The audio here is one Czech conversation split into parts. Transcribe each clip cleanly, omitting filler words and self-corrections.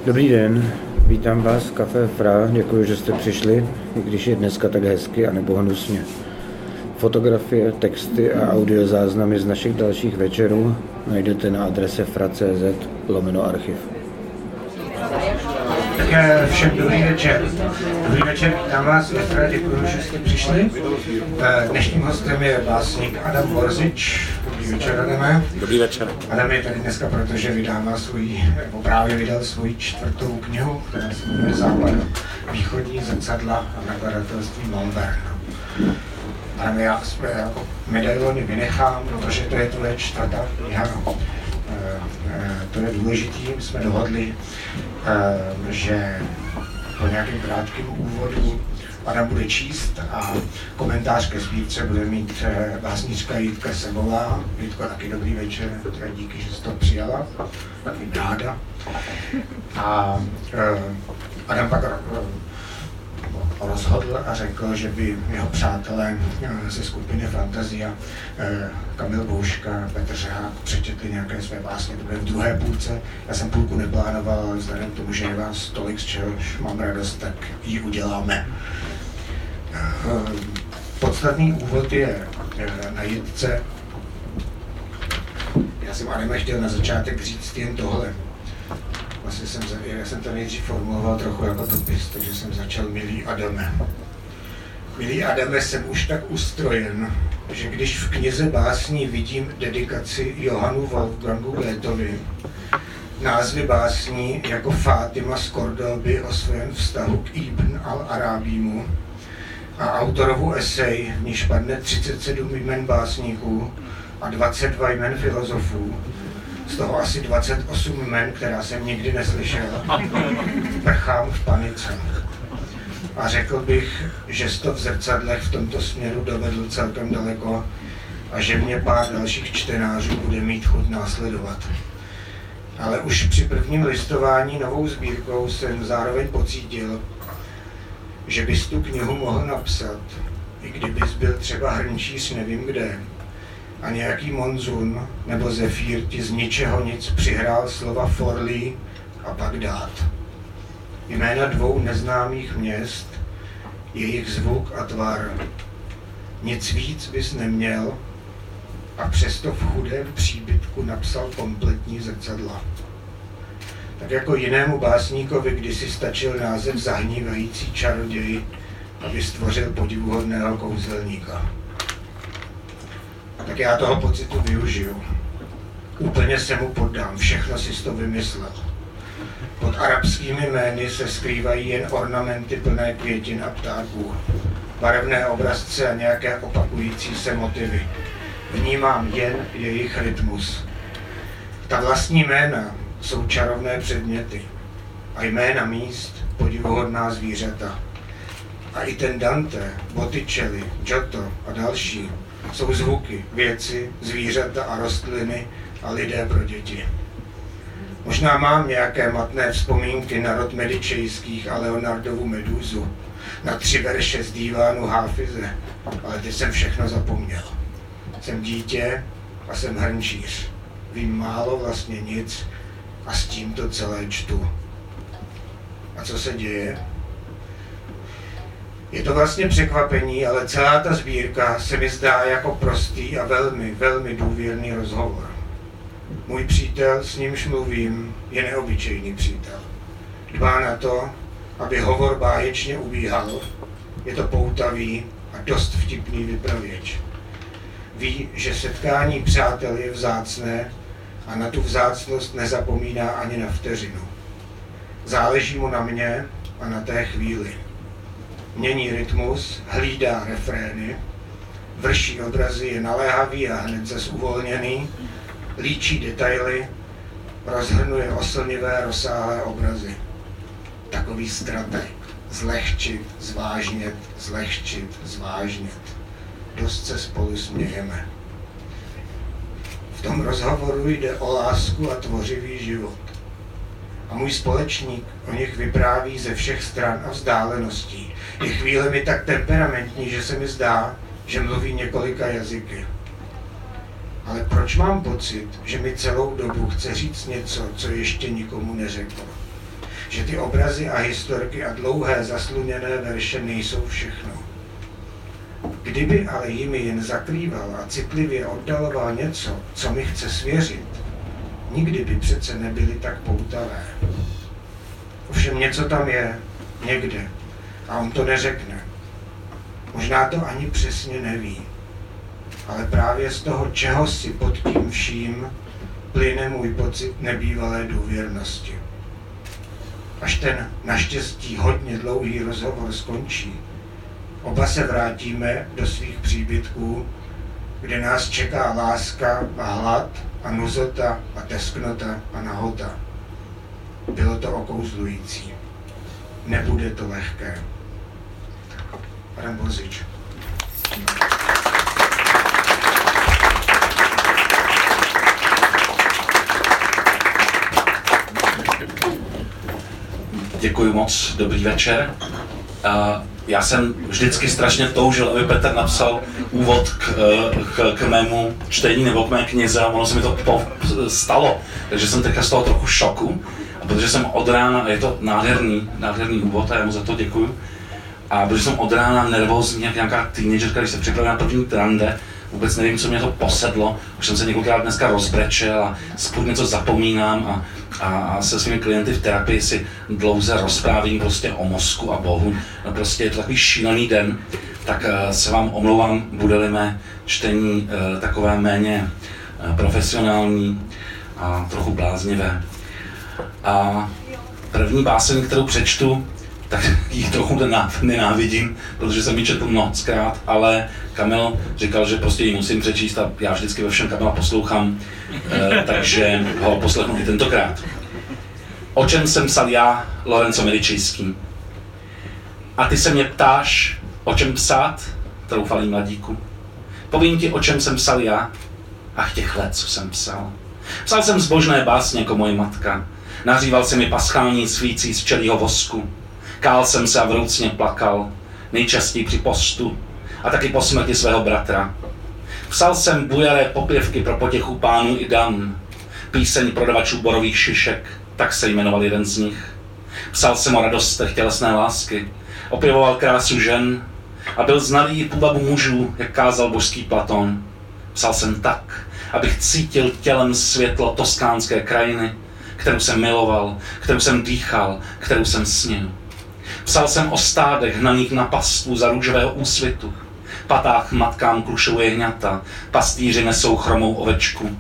Dobrý den, vítám vás v Café Fra, děkuji, že jste přišli, i když je dneska tak hezky a nebo hnusně. Fotografie, texty a audiozáznamy z našich dalších večerů najdete na adrese fra.cz/archiv. Tak všem dobrý večer. Dobrý večer, vítám vás ve Fra, děkuji, že jste přišli. Dnešním hostem je básník Adam Borzič. Dobrý večer, Adame. Dobrý večer. Adam je tady dneska, protože právě vydal svoji 4. knihu, která se jmenuje Západ, východní zrcadla a nakladatelství Malvern. Adam, já jako medailony vynechám, protože to je tvoje 4. kniha. To je důležitý, my jsme dohodli, že po nějakém krátkém úvodu Adam bude číst a komentář ke sbírce bude mít básnířka Jitka Sebová. Jitko, taky dobrý večer, díky, že jsi to přijala, taky ráda. A Adam pak rozhodl a řekl, že by jeho přátelé ze skupiny Fantazia, Kamil Bouška, Petr Řehák, přečetli nějaké své básně, to bude v druhé půlce. Já jsem půlku neplánoval, ale vzhledem k tomu, že je vás tolik, z čehož mám radost, tak ji uděláme. Podstatný úvod je na Jitce. Já jsem Adame chtěl na začátek říct jen tohle. Vlastně já jsem to nejdřív formuloval trochu jako dopis, takže jsem začal milý Adame. Milý Adame, jsem už tak ustrojen, že když v knize básní vidím dedikaci Johannu Wolfgangu Goethovi, názvy básní jako Fátima z Kordolby o svém vztahu k Ibn al-Arábímu a autorovu esej, v níž padne 37 jmen básníků a 22 jmen filozofů, z toho asi 28 jmen, která jsem nikdy neslyšel, prchám v panice. A řekl bych, že jsi to v zrcadlech v tomto směru dovedl celkem daleko a že mě pár dalších čtenářů bude mít chuť následovat. Ale už při prvním listování novou sbírkou jsem zároveň pocítil, že bys tu knihu mohl napsat, i kdybys byl třeba hrnčíř nevím kde, a nějaký monzun nebo zefír ti z ničeho nic přihrál slova Forlí a Bagdád. Jména 2 neznámých měst, jejich zvuk a tvar. Nic víc bys neměl a přesto v chudém příbytku napsal kompletní zrcadla. Tak jako jinému básníkovi kdysi stačil název Zahnívající čaroděj, aby stvořil podivuhodného kouzelníka. Tak já toho pocitu využiju. Úplně se mu poddám, všechno si to vymyslel. Pod arabskými jmény se skrývají jen ornamenty plné květin a ptáků, barevné obrazce a nějaké opakující se motivy. Vnímám jen jejich rytmus. Ta vlastní jména jsou čarovné předměty a jména míst podivuhodná zvířata. A i ten Dante, Botticelli, Giotto a další jsou zvuky, věci, zvířata a rostliny a lidé pro děti. Možná mám nějaké matné vzpomínky na rod Medičejských a Leonardovu Medúzu, na 3 verše z dívánu Háfize, ale ty jsem všechno zapomněl. Jsem dítě a jsem hrnčíř. Vím málo, vlastně nic a s tím to celé čtu. A co se děje? Je to vlastně překvapení, ale celá ta sbírka se mi zdá jako prostý a velmi, velmi důvěrný rozhovor. Můj přítel, s nímž mluvím, je neobyčejný přítel. Dbá na to, aby hovor báječně ubíhal. Je to poutavý a dost vtipný vypravěč. Ví, že setkání přátel je vzácné a na tu vzácnost nezapomíná ani na vteřinu. Záleží mu na mě a na té chvíli. Mění rytmus, hlídá refrény, vrší obrazy, je naléhavý a hned zas uvolněný, líčí detaily, rozhrnuje oslnivé, rozsáhlé obrazy. Takový strateg. Zlehčit, zvážnět, zlehčit, zvážnět. Dost se spolu smějeme. V tom rozhovoru jde o lásku a tvořivý život. A můj společník o nich vypráví ze všech stran a vzdáleností. Je chvílemi tak temperamentní, že se mi zdá, že mluví několika jazyky. Ale proč mám pocit, že mi celou dobu chce říct něco, co ještě nikomu neřekl? že ty obrazy a historky a dlouhé zasluněné verše nejsou všechno. Kdyby ale jimi jen zakrýval a citlivě oddaloval něco, co mi chce svěřit, nikdy by přece nebyly tak poutavé. Ovšem něco tam je, někde, a on to neřekne. Možná to ani přesně neví, ale právě z toho čehosi pod tím vším plyne můj pocit nebývalé důvěrnosti. Až ten naštěstí hodně dlouhý rozhovor skončí, oba se vrátíme do svých příbytků, kde nás čeká láska a hlad a nuzota a tesknota a nahota. Bylo to okouzlující. Nebude to lehké. Adam Bozič. Děkuji moc, dobrý večer. Já jsem vždycky strašně toužil, aby Petr napsal úvod k mému čtení nebo k mé knize a ono se mi to stalo, takže jsem teďka z toho trochu šoku. A protože jsem od rána, a je to nádherný úvod a já mu za to děkuju, a protože jsem od rána nervózní, jak nějaká teenagerka, když se připravila na první rande, vůbec nevím, co mě to posedlo, už jsem se několikrát dneska rozbrečel a spůj něco zapomínám a se svými klienty v terapii si dlouze rozprávím prostě o mozku a Bohu. No prostě je to takový šílený den, tak se vám omlouvám, bude-li mé čtení takové méně profesionální a trochu bláznivé. A první báseň, kterou přečtu, tak ji trochu nenávidím, protože jsem ji četl mnohokrát, ale Kamil říkal, že prostě ji musím přečíst a já vždycky ve všem Kamila poslouchám, takže ho poslechnu i tentokrát. O čem jsem psal já, Lorenzo Medičejský? A ty se mě ptáš, o čem psát, troufalý mladíku? Povím ti, o čem jsem psal já? Ach, těch let, co jsem psal. Psal jsem zbožné básně jako moje matka. Nahříval se mi paschální svící z včelího vosku. Kál jsem se a vroucně plakal, nejčastěji při postu a taky po smrti svého bratra. Psal jsem bujaré popěvky pro potěchu pánů i dam, píseň prodavačů borových šišek, tak se jmenoval jeden z nich. Psal jsem o radostech tělesné lásky, opěvoval krásu žen a byl znalý i půvabu mužů, jak kázal božský Platón. Psal jsem tak, abych cítil tělem světlo toskánské krajiny, kterou jsem miloval, kterou jsem dýchal, kterou jsem snil. Psal jsem o stádech hnaných na pastvu za růžového úsvitu, patách matkám klušou jehňata, pastýři nesou chromou ovečku.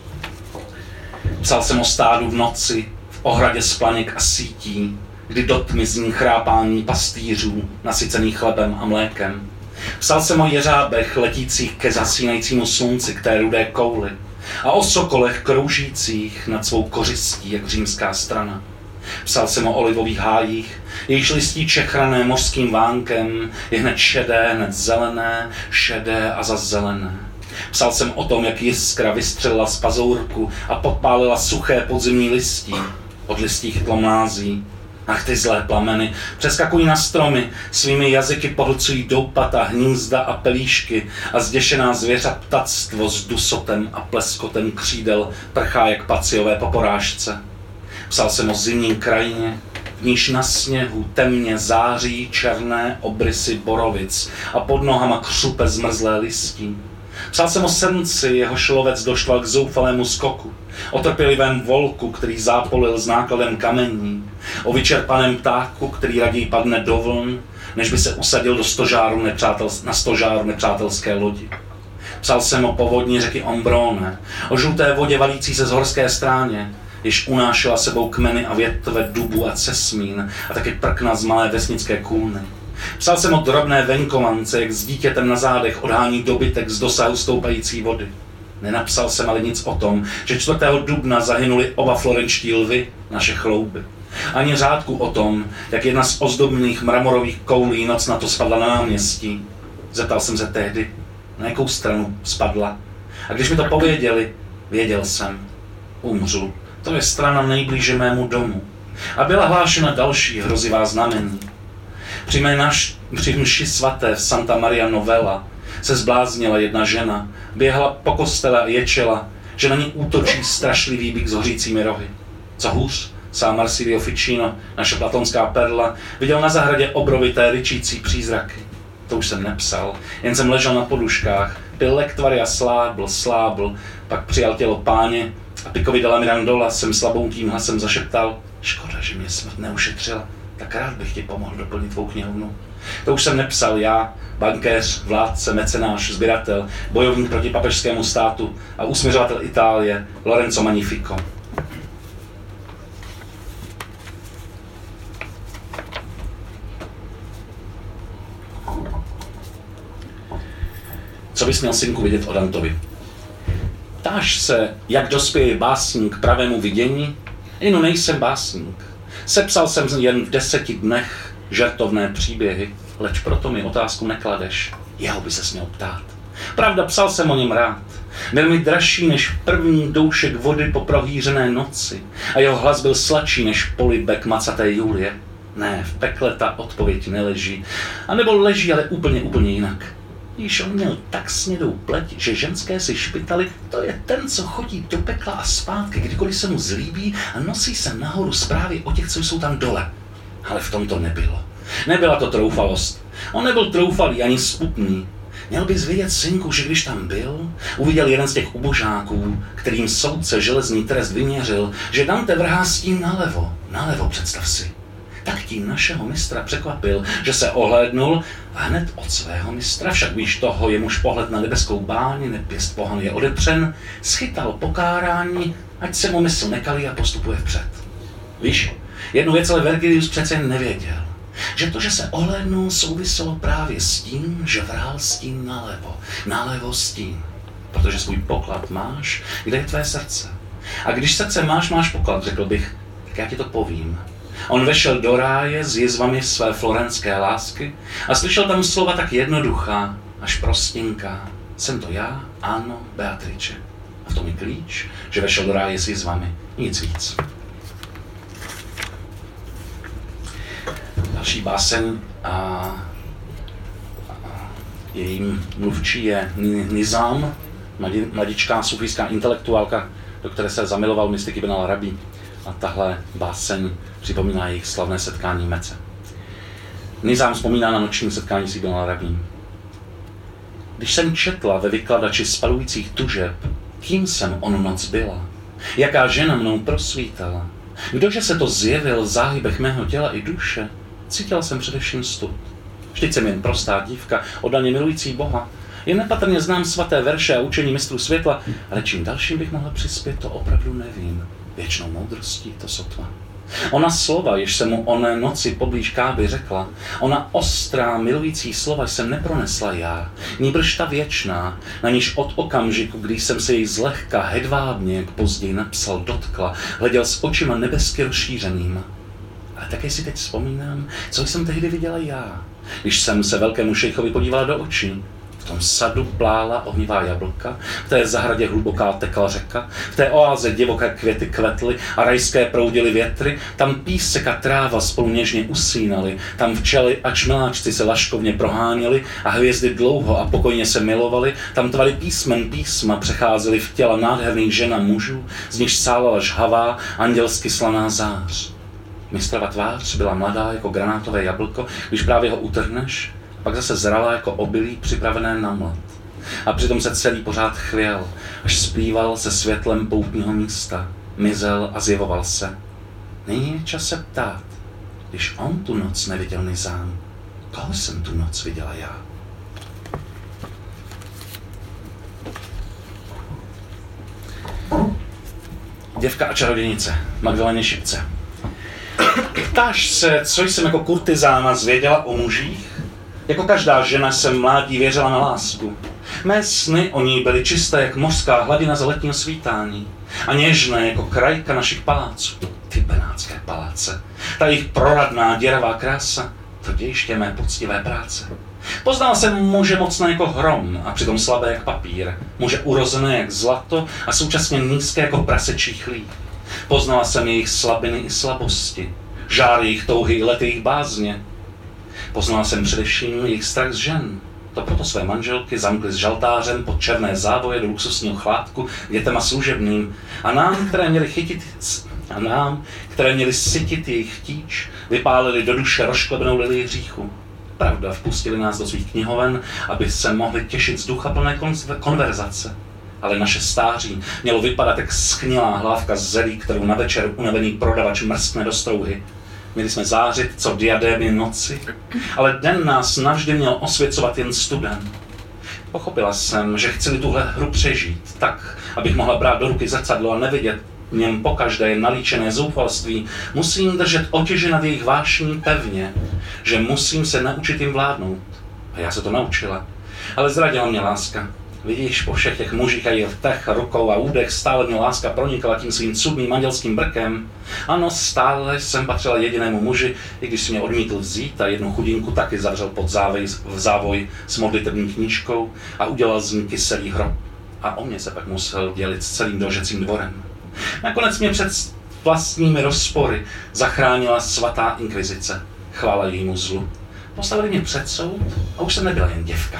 Psal jsem o stádu v noci, v ohradě z planěk a sítí, kdy do tmy zní chrápání pastýřů, nasycených chlebem a mlékem. Psal jsem o jeřábech letících ke zasínajícímu slunci, k té rudé kouli, a o sokolech kroužících nad svou kořistí, jak římská strana. Psal jsem o olivových hájích, jejichž listí čechrané mořským vánkem je hned šedé, hned zelené, šedé a zas zelené. Psal jsem o tom, jak jiskra vystřelila z pazourku a podpálila suché podzimní listí. Od listí chytlo mlází. Ach, ty zlé plameny přeskakují na stromy, svými jazyky pohlcují doupata, hnízda a pelíšky a zděšená zvěř a ptactvo s dusotem a pleskotem křídel prchá jak paciové po porážce. Psal jsem o zimní krajině, v níž na sněhu temně září černé obrysy borovic a pod nohama křupe zmrzlé listí. Psal jsem o srnci, jehož lovec doštval k zoufalému skoku, o trpělivém volku, který zápolil s nákladem kamení, o vyčerpaném ptáku, který raději padne do vln, než by se usadil na stožáru nepřátelské lodi. Psal jsem o povodni řeky Ombrone, o žluté vodě valící se z horské stráně, jež unášela sebou kmeny a větve dubu a cesmín a taky prkna z malé vesnické kůlny. Psal jsem o drobné venkovance, jak s dítětem na zádech odhání dobytek z dosahu stoupající vody. Nenapsal jsem ale nic o tom, že 4. dubna zahynuli oba florenčtí lvy, naše chlouby. Ani řádku o tom, jak jedna z ozdobných mramorových koulí noc na to spadla na náměstí. Zeptal jsem se tehdy, na jakou stranu spadla. A když mi to pověděli, věděl jsem, umřu. To je strana nejblíže mému domu. A byla hlášena další hrozivá znamení. Při mši svaté v Santa Maria Novella se zbláznila jedna žena, běhla po kostele a ječela, že na ní útočí strašlivý byk s hořícími rohy. Co hůř, sám Marsilio Ficino, naše platonská perla, viděl na zahradě obrovité ryčící přízraky. To už jsem nepsal, jen jsem ležel na poduškách, pil lektvary a slábl, pak přijal tělo páně a Pikovi dala Mirandola, jsem slabounkým hlasem zašeptal: škoda, že mě smrt neušetřila, tak rád bych ti pomohl doplnit tvou knihovnu. To už jsem nepsal já, bankéř, vládce, mecenáš, sběratel, bojovník proti papežskému státu a usměřovatel Itálie Lorenzo Magnifico. Co bys měl, synku, vědět o Dantovi? Ptáš se, jak dospěje básník k pravému vidění? Inu nejsem básník. Sepsal jsem jen v 10 dnech žertovné příběhy, leč proto mi otázku nekladeš. Jeho by se směl ptát. Pravda, psal jsem o něm rád. Byl mi dražší než první doušek vody po prohýřené noci a jeho hlas byl sladší než polibek macaté Julie. Ne, v pekle ta odpověď neleží. A nebo leží, ale úplně jinak. Již on měl tak snědou pleť, že ženské si špitaly, to je ten, co chodí do pekla a zpátky, kdykoliv se mu zlíbí a nosí se nahoru zprávy o těch, co jsou tam dole. Ale v tom to nebylo. Nebyla to troufalost. On nebyl troufalý ani sputný. Měl bys vědět, synku, že když tam byl, uviděl jeden z těch ubožáků, kterým soudce železný trest vyměřil, že Dante vrhá stín nalevo, představ si. Tak tím našeho mistra překvapil, že se ohlédnul a hned od svého mistra, však víš toho, jemuž pohled na nebeskou báni, nepěst pohan je odepřen, schytal pokárání, ať se mu mysl nekalí a postupuje vpřed. Víš, jednu věc ale Vergilius přece nevěděl, že to, že se ohlédnul, souviselo právě s tím, že vrhal stín nalevo stín, protože svůj poklad máš, kde je tvé srdce. A když srdce máš poklad, řekl bych, tak já ti to povím. On vešel do ráje s jizvami své florenské lásky a slyšel tam slova tak jednoduchá, až prostinká. Jsem to já, ano, Beatrice. A v tom je klíč, že vešel do ráje s jizvami. Nic víc. Další báseň a jejím mluvčí je Nizam, mladičká sufijská intelektuálka, do které se zamiloval mystik Ibn al-Arabi. A tahle báseň připomíná jejich slavné setkání v Mece. Nizam vzpomíná na noční setkání s Ibn al-Arabím. Když jsem četla ve vykladači spalujících tužeb, kým jsem onu noc byla, jaká žena mnou prosvítala, kdože se to zjevil v záhybech mého těla i duše, cítila jsem především stud. Vždyť jsem jen prostá dívka, oddaně milující Boha. Jen nepatrně znám svaté verše a učení mistrů světla, ale čím dalším bych mohla přispět, to opravdu nevím. Věčnou moudrostí to sotva. Ona slova, jež jsem mu oné noci poblíž Káby řekla, ona ostrá, milující slova jsem nepronesla já, nýbrž ta věčná, na níž od okamžiku, když jsem se jej zlehka, hedvábně, jak později napsal, dotkla, hleděl s očima nebesky rozšířenýma. Ale také si teď vzpomínám, co jsem tehdy viděla já, když jsem se velkému šejchovi podívala do očí. V tom sadu plála ohnivá jablka, v té zahradě hluboká tekla řeka, v té oáze divoké květy kvetly a rajské proudily větry, tam písek a tráva spolu něžně usínaly, tam včely a čmeláčci se laškovně proháněli a hvězdy dlouho a pokojně se milovaly, tam tvary písmen písma přecházely v těla nádherných žen a mužů, z nichž sálala žhavá, andělsky slaná zář. Mistrova tvář byla mladá jako granátové jablko, když právě ho utrhneš, pak zase zrala jako obilí připravené na mlad. A přitom se celý pořád chvěl, až splýval se světlem poutního místa, mizel a zjevoval se. Nyní je čas se ptát, když on tu noc neviděl Nizam, koho jsem tu noc viděla já? Děvka a čarodějnice, Magdaleně Šipce. Ptáš se, co jsem jako kurtizána zvěděla o mužích? Jako každá žena jsem mládí věřila na lásku. Mé sny o ní byly čisté jak mořská hladina za letního svítání a něžné jako krajka našich paláců. Ty benátské paláce, ta jejich proradná děravá krása, to dějiště mé poctivé práce. Poznal jsem muže mocné jako hrom a přitom slabé jak papír, muže urozené jak zlato a současně nízké jako prasečí chlíp. Poznala jsem jejich slabiny i slabosti, žár jejich touhy i let jejich bázně. Poznala jsem především jejich strach z žen. To proto své manželky zamkly s žaltářem pod černé závoje do luxusního chládku dětem a služebným. A nám, které měli chytit A nám, které měli sytit jejich chtíč, vypálili do duše rozšklebenou lilii hříchu. Pravda, vpustili nás do svých knihoven, aby se mohli těšit z ducha plné konverzace. Ale naše stáří mělo vypadat jak schnilá hlávka z zelí, kterou na večer unavený prodavač mrskne do strouhy. Měli jsme zářit, co diadémy noci, ale den nás navždy měl osvěcovat jen studen. Pochopila jsem, že chci tuhle hru přežít, tak, abych mohla brát do ruky zrcadlo a nevidět v něm pokaždé nalíčené zoufalství, musím držet otěže nad jejich vášní pevně, že musím se naučit jim vládnout. A já se to naučila. Ale zradila mě láska. Vidíš, po všech těch mužích a jejich rtech, rukou a údech stále mě láska pronikala tím svým cudným andělským brkem. Ano, stále jsem patřila jedinému muži, i když si mě odmítl vzít a jednu chudinku taky zavřel pod závoj s modlitební knížkou a udělal z ní kyselý hrob. A o mě se pak musel dělit s celým dožecím dvorem. Nakonec mě před vlastními rozpory zachránila svatá inkvizice. Chvála jejímu zlu. Postavili mě před soud a už jsem nebyla jen děvka.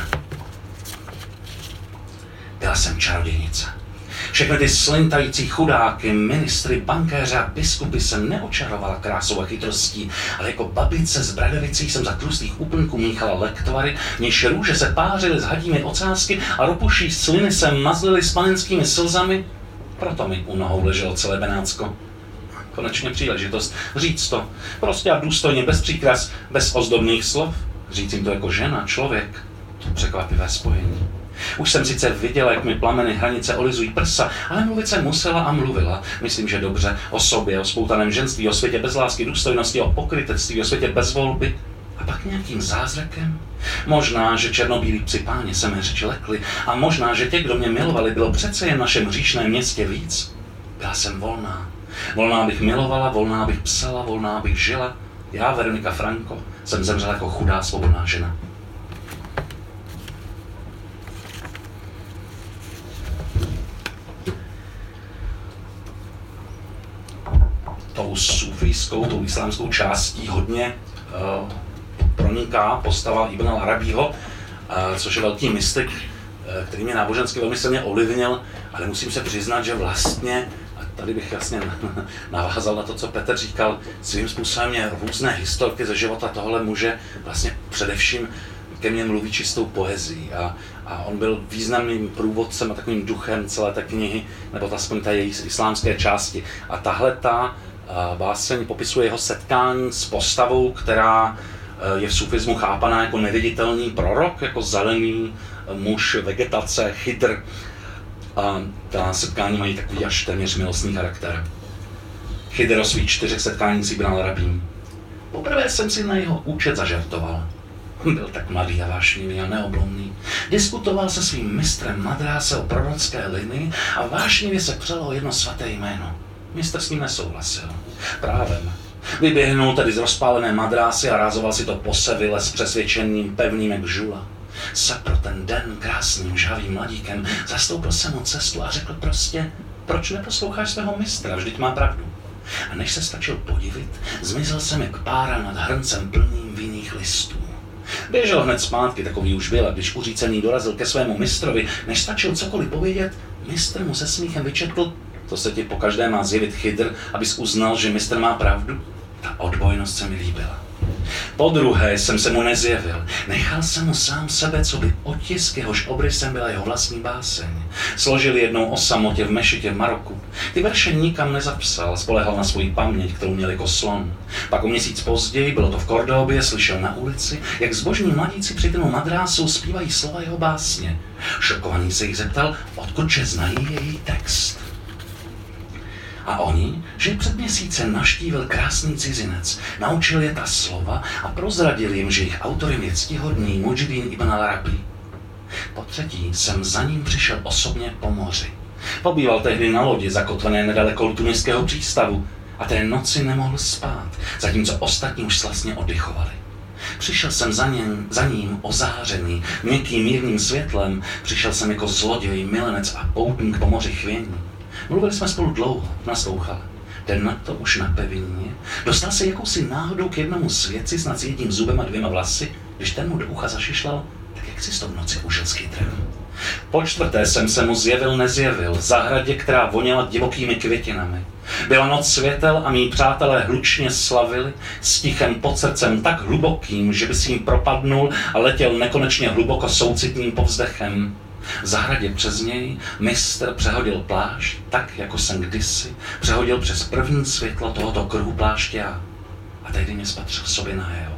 Byla jsem čarodějnice. Všechny ty slintající chudáky, ministry, bankéře a biskupy jsem neočarovala krásou a chytrostí, ale jako babice z Bradavicí jsem za tlustých úplnků míchala lektvary, níž růže se pářily s hadími ocásky a ropuší sliny se mazlily s panenskými slzami. Proto mi u nohou leželo celé Benátsko. Konečně příležitost říct to, prostě a důstojně, bez příkras, bez ozdobných slov. Říct jim to jako žena, člověk, to překvapivé spojení. Už jsem sice viděla, jak mi plameny hranice olizují prsa, ale mluvit jsem musela a mluvila. Myslím, že dobře, o sobě, o spoutaném ženství, o světě bez lásky, důstojnosti, o pokrytectví, o světě bez volby. A pak nějakým zázrakem? Možná, že černobílí psi páně se mé řeči lekli a možná, že těch, kdo mě milovali, bylo přece jen v našem hříšném městě víc. Byla jsem volná. Volná, abych milovala, volná, abych psala, volná, abych žila. Já, Veronika Franko, jsem zemřela jako chudá svobodná žena. Tou sufijskou, tou islámskou částí hodně proniká postava Ibn al-Arabího, což je velký mystik, který mě nábožensky velmi silně ovlivnil, ale musím se přiznat, že vlastně, a tady bych jasně navázal na to, co Petr říkal, svým způsobem mě různé historky ze života tohle muže vlastně především ke mně mluví čistou poezí a on byl významným průvodcem a takovým duchem celé té knihy, nebo aspoň té její islámské části. A tahleta báseň popisuje jeho setkání s postavou, která je v sufismu chápaná jako neviditelný prorok, jako zelený muž vegetace, Chidr. A ta setkání mají takový až téměř milostný charakter. Chidr o svých 4 setkáních s Ibn al-Arabím. Poprvé jsem si na jeho účet zažartoval. Byl tak mladý a vášnivý a neoblomný. Diskutoval se svým mistrem Madráse o prorocké linii a vášnivě se přelo o jedno svaté jméno. Mistr s ním nesouhlasil. Právem. Vyběhnul tedy z rozpálené Madrásy a rázoval si to po sevile s přesvědčením pevným jak žula. Se pro ten den krásným žhavým mladíkem zastoupil se mu cestu a řekl prostě, proč neposloucháš svého mistra, vždyť má pravdu. A než se stačil podivit, zmizel jsem jak pára nad hrncem plným vinných listů. Běžel hned zpátky, takový už byl, a když uřícený dorazil ke svému mistrovi, než stačil cokoliv povědět, mistr mu se smíchem vyčetl, to se ti pokaždé má zjevit Chidr, abys uznal, že mistr má pravdu. Ta odbojnost se mi líbila. Podruhé jsem se mu nezjevil. Nechal jsem mu sám sebe, co by otisk, jehož obrysem byla jeho vlastní báseň. Složil jednou o samotě v mešitě v Maroku. Ty verše nikam nezapsal, spolehal na svoji paměť, kterou měl jako slon. Pak o měsíc později, bylo to v Kordobě, slyšel na ulici, jak zbožní mladíci při tomu Madrásu zpívají slova jeho básně. Šokovaný se jich zeptal, odkud znají její text. A oni, že před měsícem navštívil krásný cizinec, naučil je ta slova a prozradil jim, že jejich autorem je ctihodný Mudžidín ibn al-Arabi. Po třetí jsem za ním přišel osobně po moři. Pobýval tehdy na lodi zakotvené nedaleko tuniského přístavu a té noci nemohl spát, zatímco ostatní už slastně oddychovali. Přišel jsem za ním ozářený, měkkým mírným světlem, přišel jsem jako zloděj, milenec a poutník po moři chvění. Mluvili jsme spolu dlouho, naslouchal. Den na to už na pevině dostal se jakousi náhodou k jednomu svědci snad s jedním zubem a 2 vlasy, když ten mu do ucha zašišlal, tak jak si s tou noci užil s chytrem? Po čtvrté jsem se mu zjevil nezjevil, v zahradě, která voněla divokými květinami. Byla noc světel a mí přátelé hlučně slavili, s tichem pod srdcem tak hlubokým, že by si jim propadnul a letěl nekonečně hluboko soucitným povzdechem. V zahradě přes něj mistr přehodil plášť, tak jako jsem kdysi přehodil přes první světlo tohoto kruhu pláště já. A tehdy mě spatřil sobě nahého.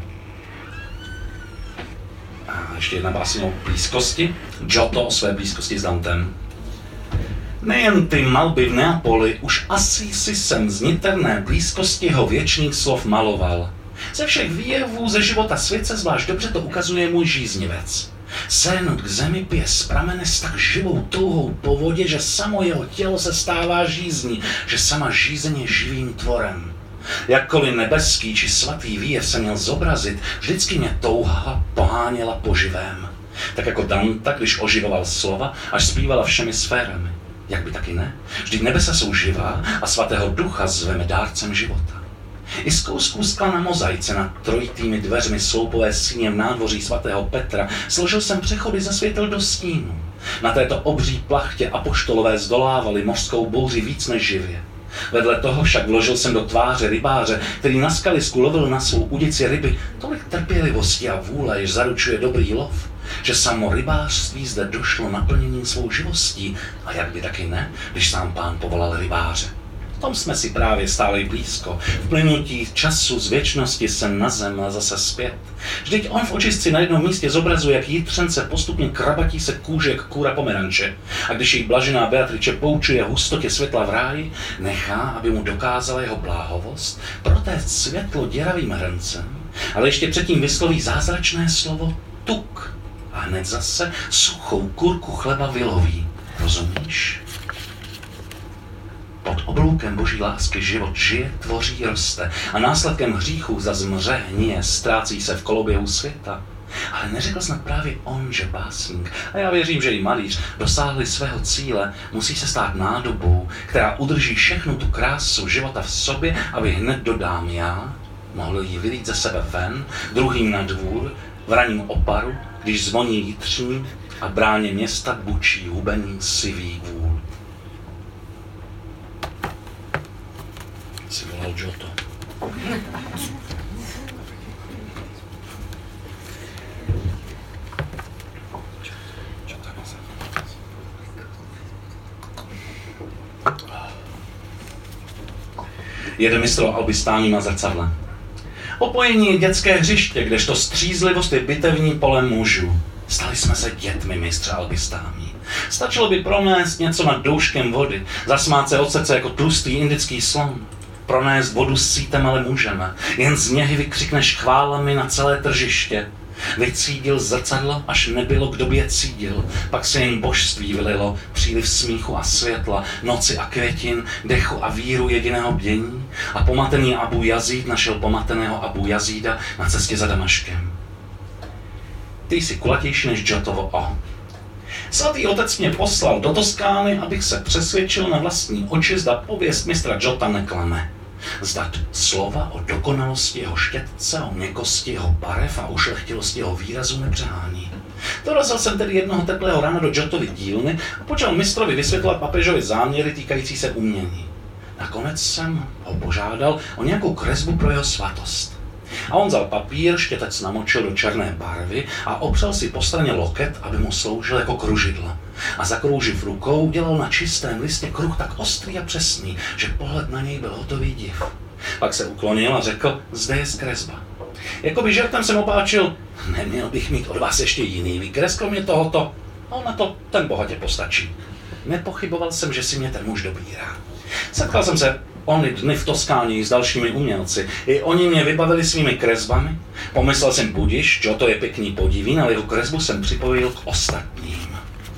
A ještě jedna básně o blízkosti. Giotto o své blízkosti s Dantem. Nejen ty malby v Neapoli, už Assisi jsem z niterné blízkosti jeho věčných slov maloval. Ze všech výjevů ze života světce zvlášť dobře to ukazuje můj žíznivec. Sénut k zemi pije z pramene s tak živou touhou po vodě, že samo jeho tělo se stává žízní, že sama žízeň je živým tvorem. Jakkoliv nebeský či svatý výjev se měl zobrazit, vždycky mě touha poháněla po živém. Tak jako Dante, když oživoval slova, až zpívala všemi sférami. Jak by taky ne? Vždyť nebesa jsou živá a svatého ducha zveme dárcem života. I z kousků skla na mozaice nad trojitými dveřmi sloupové síně v nádvoří svatého Petra složil jsem přechody ze světel do stínu. Na této obří plachtě apoštolové zdolávali mořskou bouři víc než živě. Vedle toho však vložil jsem do tváře rybáře, který na skalisku lovil na svou udici ryby tolik trpělivosti a vůle, jež zaručuje dobrý lov, že samo rybářství zde došlo naplněním svou živostí, a jak by taky ne, když sám pán povolal rybáře. V tom jsme si právě stáli blízko. V plynutí času z věčnosti jsem na zem a zase zpět. Vždyť on v očistci na jednom místě zobrazuje, jak jitřence postupně krabatí se kůže jak kůra pomeranče. A když jej blažená Beatrice poučuje hustotě světla v ráji, nechá, aby mu dokázala jeho bláhovost, protéct světlo děravým hrncem, ale ještě předtím vysloví zázračné slovo tuk. A hned zase suchou kurku chleba vyloví. Rozumíš? Pod obloukem boží lásky život žije, tvoří, roste a následkem hříchů zazmře, hníje, ztrácí se v koloběhu světa. Ale neřekl snad právě on, že básník, a já věřím, že i malíř, dosáhli svého cíle, musí se stát nádobou, která udrží všechnu tu krásu života v sobě, aby hned dodám já, mohl ji vylít ze sebe ven, druhým na dvůr, v ranním oparu, když zvoní jitřní a bráně města bučí hubený sivý vůl. Si volal Giotto. Jede mistro Albistáni na zrcadle. Opojení je dětské hřiště, kdežto střízlivost je bitevním polem mužů. Stali jsme se dětmi, mistře Albistáni. Stačilo by pronést něco nad douškem vody, zasmát se od srdce jako tlustý indický slon. Pronést vodu s sítem ale můžeme, jen z něhy vykřikneš chválami na celé tržiště. Vycídil zrcadlo, až nebylo, kdo by je cídil. Pak se jen božství vylilo, příliv smíchu a světla, noci a květin, dechu a víru jediného bdění. A pomatený Abu Jazíd našel pomateného Abu Jazída na cestě za Damaškem. Ty jsi kulatější než Giottovo O. Svatý otec mě poslal do Toskány, abych se přesvědčil na vlastní oči, zda pověst mistra Giotta neklame. Zdat slova o dokonalosti jeho štětce, o měkkosti jeho barev a ušlechtilosti jeho výrazu nepřehání. Dorazil jsem tedy jednoho teplého rána do Giottovy dílny a počal mistrovi vysvětlovat papežovi záměry týkající se umění. Nakonec jsem ho požádal o nějakou kresbu pro jeho svatost. A on vzal papír, štětec namočil do černé barvy a opřel si po straně loket, aby mu sloužil jako kružidlo. A zakrouživ rukou udělal na čistém listě kruh tak ostrý a přesný, že pohled na něj byl hotový div. Pak se uklonil a řekl, zde je kresba. Jakoby žertem jsem opáčil, neměl bych mít od vás ještě jiný výkres, kromě tohoto. A na to ten bohatě postačí. Nepochyboval jsem, že si mě ten muž dobírá. Setkal jsem se ony dny v Toskáně s dalšími umělci. I oni mě vybavili svými kresbami. Pomyslel jsem budiš, Giotto je pěkný podivín, ale jeho kresbu jsem připojil k ostatním.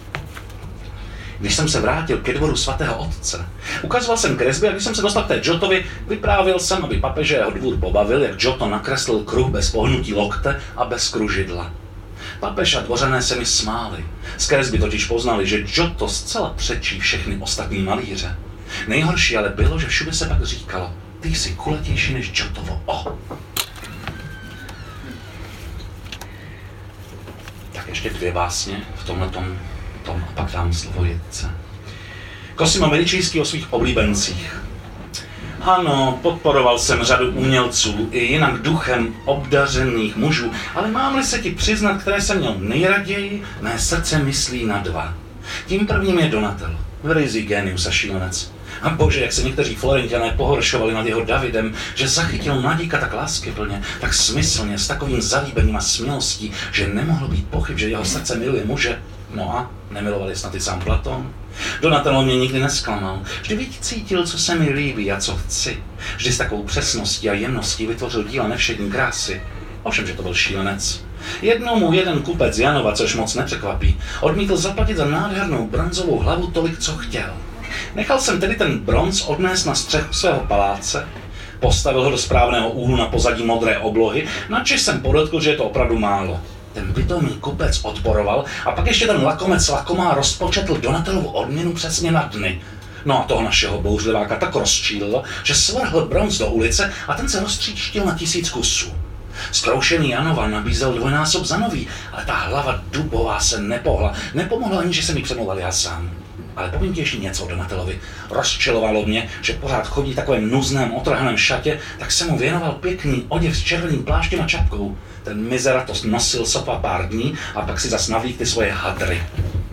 Když jsem se vrátil ke dvoru svatého otce, ukazoval jsem kresby a když jsem se dostal k té Giottovi, vyprávěl jsem, aby papeže jeho dvůr pobavil, jak Giotto nakreslil kruh bez pohnutí lokte a bez kružidla. Papež a dvořané se mi smáli. Z kresby totiž poznali, že Giotto zcela přečí všechny ostatní malíře. Nejhorší ale bylo, že všude se pak říkalo, ty jsi kulatější než Giottovo O. Tak ještě 2 básně v tomhletom tom a pak dám slovo Jitce. Cosimo Medičijský o svých oblíbencích. Ano, podporoval jsem řadu umělců i jinak duchem obdařených mužů, ale mám-li se ti přiznat, které jsem měl nejraději, mé srdce myslí na 2. Tím prvním je Donatello, verizí génius a šílenec. A bože, jak se někteří Florenťané pohoršovali nad jeho Davidem, že zachytil mladíka tak láskyplně, tak smyslně, s takovým zalíbením a smělostí, že nemohlo být pochyb, že jeho srdce miluje muže. No a nemilovali snad i sám Platón. Donatello mě nikdy nesklamal. Vždy víc cítil, co se mi líbí a co chci. Vždy s takovou přesností a jemností vytvořil díla nevšední krásy. Ovšem, že to byl šílenec. Jednou mu jeden kupec Janova, což moc nepřekvapí, odmítl zaplatit za nádhernou bronzovou hlavu tolik, co chtěl. Nechal jsem tedy ten bronz odnést na střechu svého paláce, postavil ho do správného úhlu na pozadí modré oblohy, načež jsem podotkl, že je to opravdu málo. Ten pitomý kupec odporoval a pak ještě ten lakomec lakomá rozpočetl Donatellovu odměnu přesně na dny. No a toho našeho bouřliváka tak rozčílil, že svrhl bronz do ulice a ten se roztříštil na 1000 kusů. Zkroušený Janova nabízel 2násob za nový, ale ta hlava dubová se nepohla. Nepomohlo ani, že jsem ji přemlouval já sám. Ale povím ti ještě něco o Donatellovi. Rozčilovalo mě, že pořád chodí v takovém nuzném, otrhaném šatě, tak jsem mu věnoval pěkný oděv s červeným pláštěm a čapkou. Ten mizera to nosil sotva pár dní a pak si zas navlík ty svoje hadry.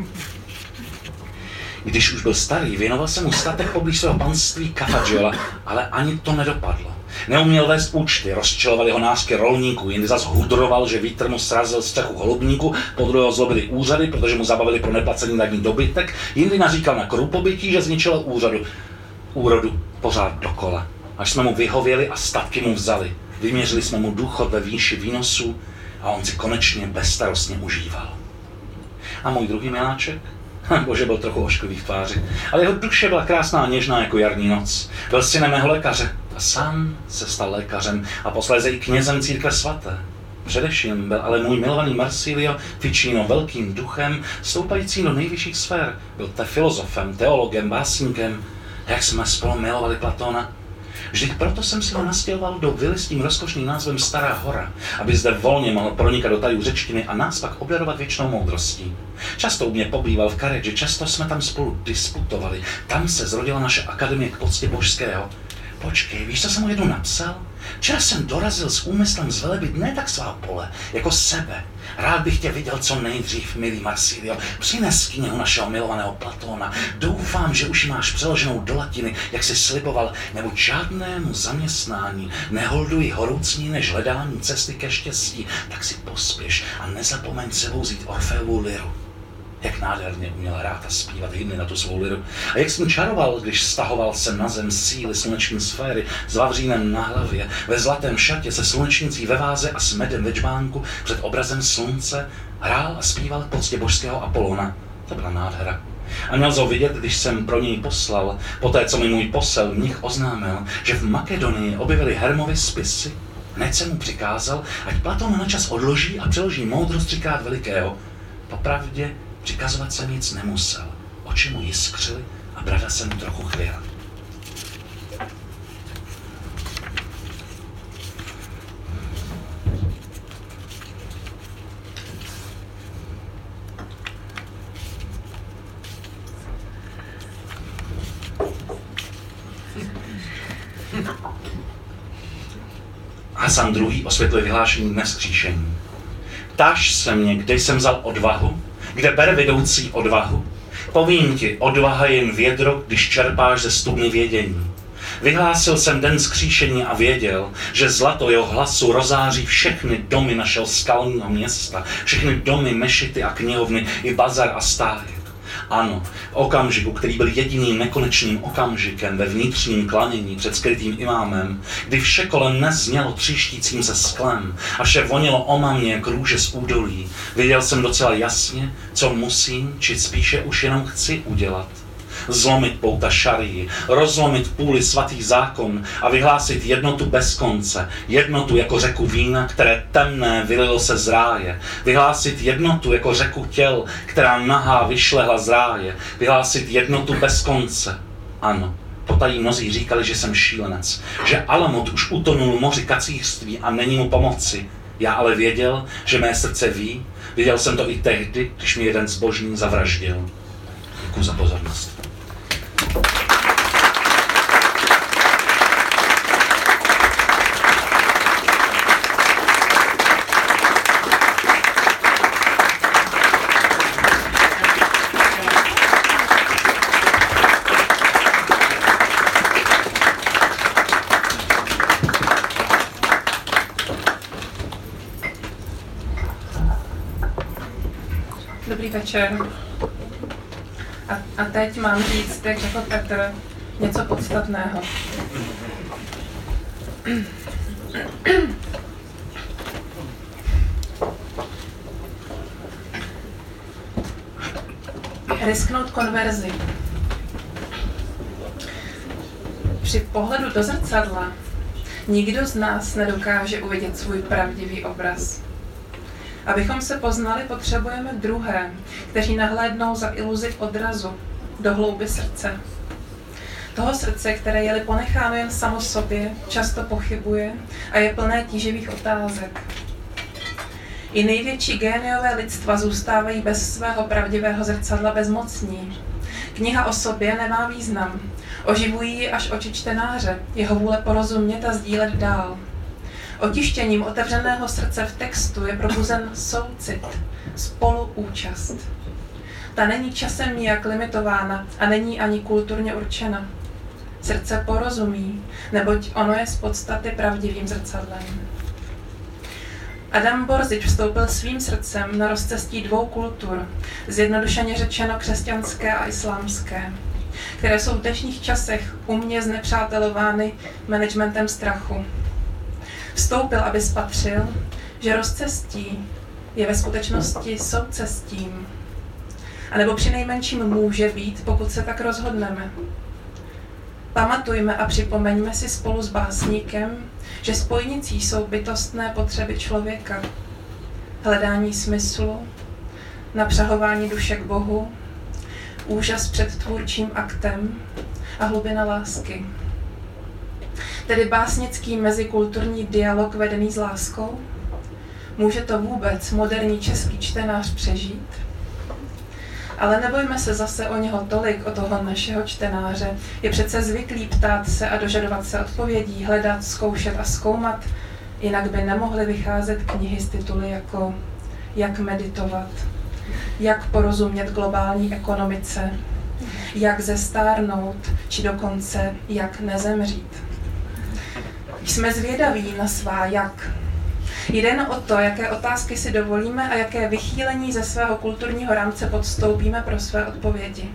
Když už byl starý, věnoval jsem mu statek poblíž svého panství Cafagiola, ale ani to nedopadlo. Neuměl vést účty, rozčilovali ho nářky rolníků, jindy zas hudroval, že vítr mu srazil střechu holubníku, podruhého zlobili úřady, protože mu zabavili pro neplacení daní dobytek, jindy naříkal na krupobytí, že zničilo úrodu pořád dokola. Až jsme mu vyhověli a statky mu vzali. Vyměřili jsme mu důchod ve výši výnosů a on si konečně bezstarostně užíval. A můj druhý miláček? Bože, byl trochu ošklivý v tváři, ale jeho duše byla krásná a něžná jako jarní noc. Byl synem mého lékaře a sám se stal lékařem a posléze i knězem církve svaté. Především byl ale můj milovaný Marsilio Ficino velkým duchem, stoupajícím do nejvyšších sfér. Byl filozofem, teologem, básníkem. Jak jsme spolu milovali Platóna. Vždyť proto jsem si ho nastěhoval do vily s tím rozkošným názvem Stará hora, aby zde volně mohl pronikat do tajů řečtiny a nás pak obdarovat věčnou moudrostí. Často u mě pobýval v Karedži, často jsme tam spolu disputovali. Tam se zrodila naše akademie k poctě božského. Počkej, víš, co jsem mu jednou napsal? Včera jsem dorazil s úmyslem zvelebit ne tak svá pole, jako sebe. Rád bych tě viděl co nejdřív, milý Marsilio. Přines knihu našeho milovaného Platóna. Doufám, že už ji máš přeloženou do latiny, jak jsi sliboval, nebo žádnému zaměstnání neholduj horoucní než hledání cesty ke štěstí. Tak si pospěš a nezapomeň sebou vzít Orfeovu liru. Jak nádherně uměl hrát a zpívat hymny na tu svou liru. A jak jsem čaroval, když stahoval se na zem síly sluneční sféry s vavřínem na hlavě, ve zlatém šatě se slunečnicí ve váze a s medem ve čbánku před obrazem slunce, hrál a zpíval k poctě božského Apolona. To byla nádhera. A měl ho vidět, když jsem pro něj poslal, poté co mi můj posel mnich oznámil, že v Makedonii objevili Hermovy spisy. Hned jsem mu přikázal, ať Platón na čas odloží a přeloží moudrost třikrát velikého. Popravdě přikazovat jsem nic nemusel. Oči mu jiskřily a brada se mu trochu chvěla. Hasan II. Osvětluje vyhlášení dne vzkříšení. Ptáš se mě, kde jsem vzal odvahu? Kde bere vedoucí odvahu? Povím ti, odvaha je jen vědro, když čerpáš ze studny vědění. Vyhlásil jsem den vzkříšení a věděl, že zlato jeho hlasu rozáří všechny domy našeho skalního města, všechny domy, mešity a knihovny, i bazar a stáje. Ano, v okamžiku, který byl jediným nekonečným okamžikem ve vnitřním klanění před skrytým imámem, kdy vše kolem neznělo tříštícím se sklem a vše vonilo omamně jak růže z údolí, věděl jsem docela jasně, co musím, či spíše už jenom chci udělat. Zlomit pouta šarii, rozlomit půly svatých zákon a vyhlásit jednotu bez konce, jednotu jako řeku vína, které temné vylilo se z ráje, vyhlásit jednotu jako řeku těl, která nahá vyšlehla z ráje, vyhlásit jednotu bez konce. Ano, potají mnozí říkali, že jsem šílenec, že Alamut už utonul v moři kacířství a není mu pomoci. Já ale věděl, že mé srdce ví. Viděl jsem to i tehdy, když mi jeden zbožný zavraždil. Děkuji za pozornost. Dobrý večer. A teď mám říct, jak řekl Petr, něco podstatného. Risknout konverzi. Při pohledu do zrcadla nikdo z nás nedokáže uvidět svůj pravdivý obraz. Abychom se poznali, potřebujeme druhé, kteří nahlédnou za iluzi odrazu, do hlouby srdce. Toho srdce, které je-li ponecháno jen samo sobě, často pochybuje a je plné tíživých otázek. I největší géniové lidstva zůstávají bez svého pravdivého zrcadla bezmocní. Kniha o sobě nemá význam. Oživují ji až oči čtenáře, jeho vůle porozumět a sdílet dál. Otištěním otevřeného srdce v textu je probuzen soucit, spoluúčast. Ta není časem nijak limitována a není ani kulturně určena. Srdce porozumí, neboť ono je z podstaty pravdivým zrcadlem. Adam Borzič vstoupil svým srdcem na rozcestí dvou kultur, zjednodušeně řečeno křesťanské a islámské, které jsou v dnešních časech umně znepřátelovány managementem strachu. Vstoupil, aby spatřil, že rozcestí je ve skutečnosti soucestím. A nebo přinejmenším může být, pokud se tak rozhodneme. Pamatujme a připomeňme si spolu s básníkem, že spojnicí jsou bytostné potřeby člověka. Hledání smyslu, napřahování duše k Bohu, úžas před tvůrčím aktem a hlubina lásky. Tedy básnický mezikulturní dialog vedený s láskou? Může to vůbec moderní český čtenář přežít? Ale nebojme se zase o něho tolik, o toho našeho čtenáře. Je přece zvyklý ptát se a dožadovat se odpovědí, hledat, zkoušet a zkoumat, jinak by nemohly vycházet knihy z tituly jako Jak meditovat, jak porozumět globální ekonomice, jak zestárnout, či dokonce jak nezemřít. Jsme zvědaví na svá jak. Jde jen o to, jaké otázky si dovolíme a jaké vychýlení ze svého kulturního rámce podstoupíme pro své odpovědi.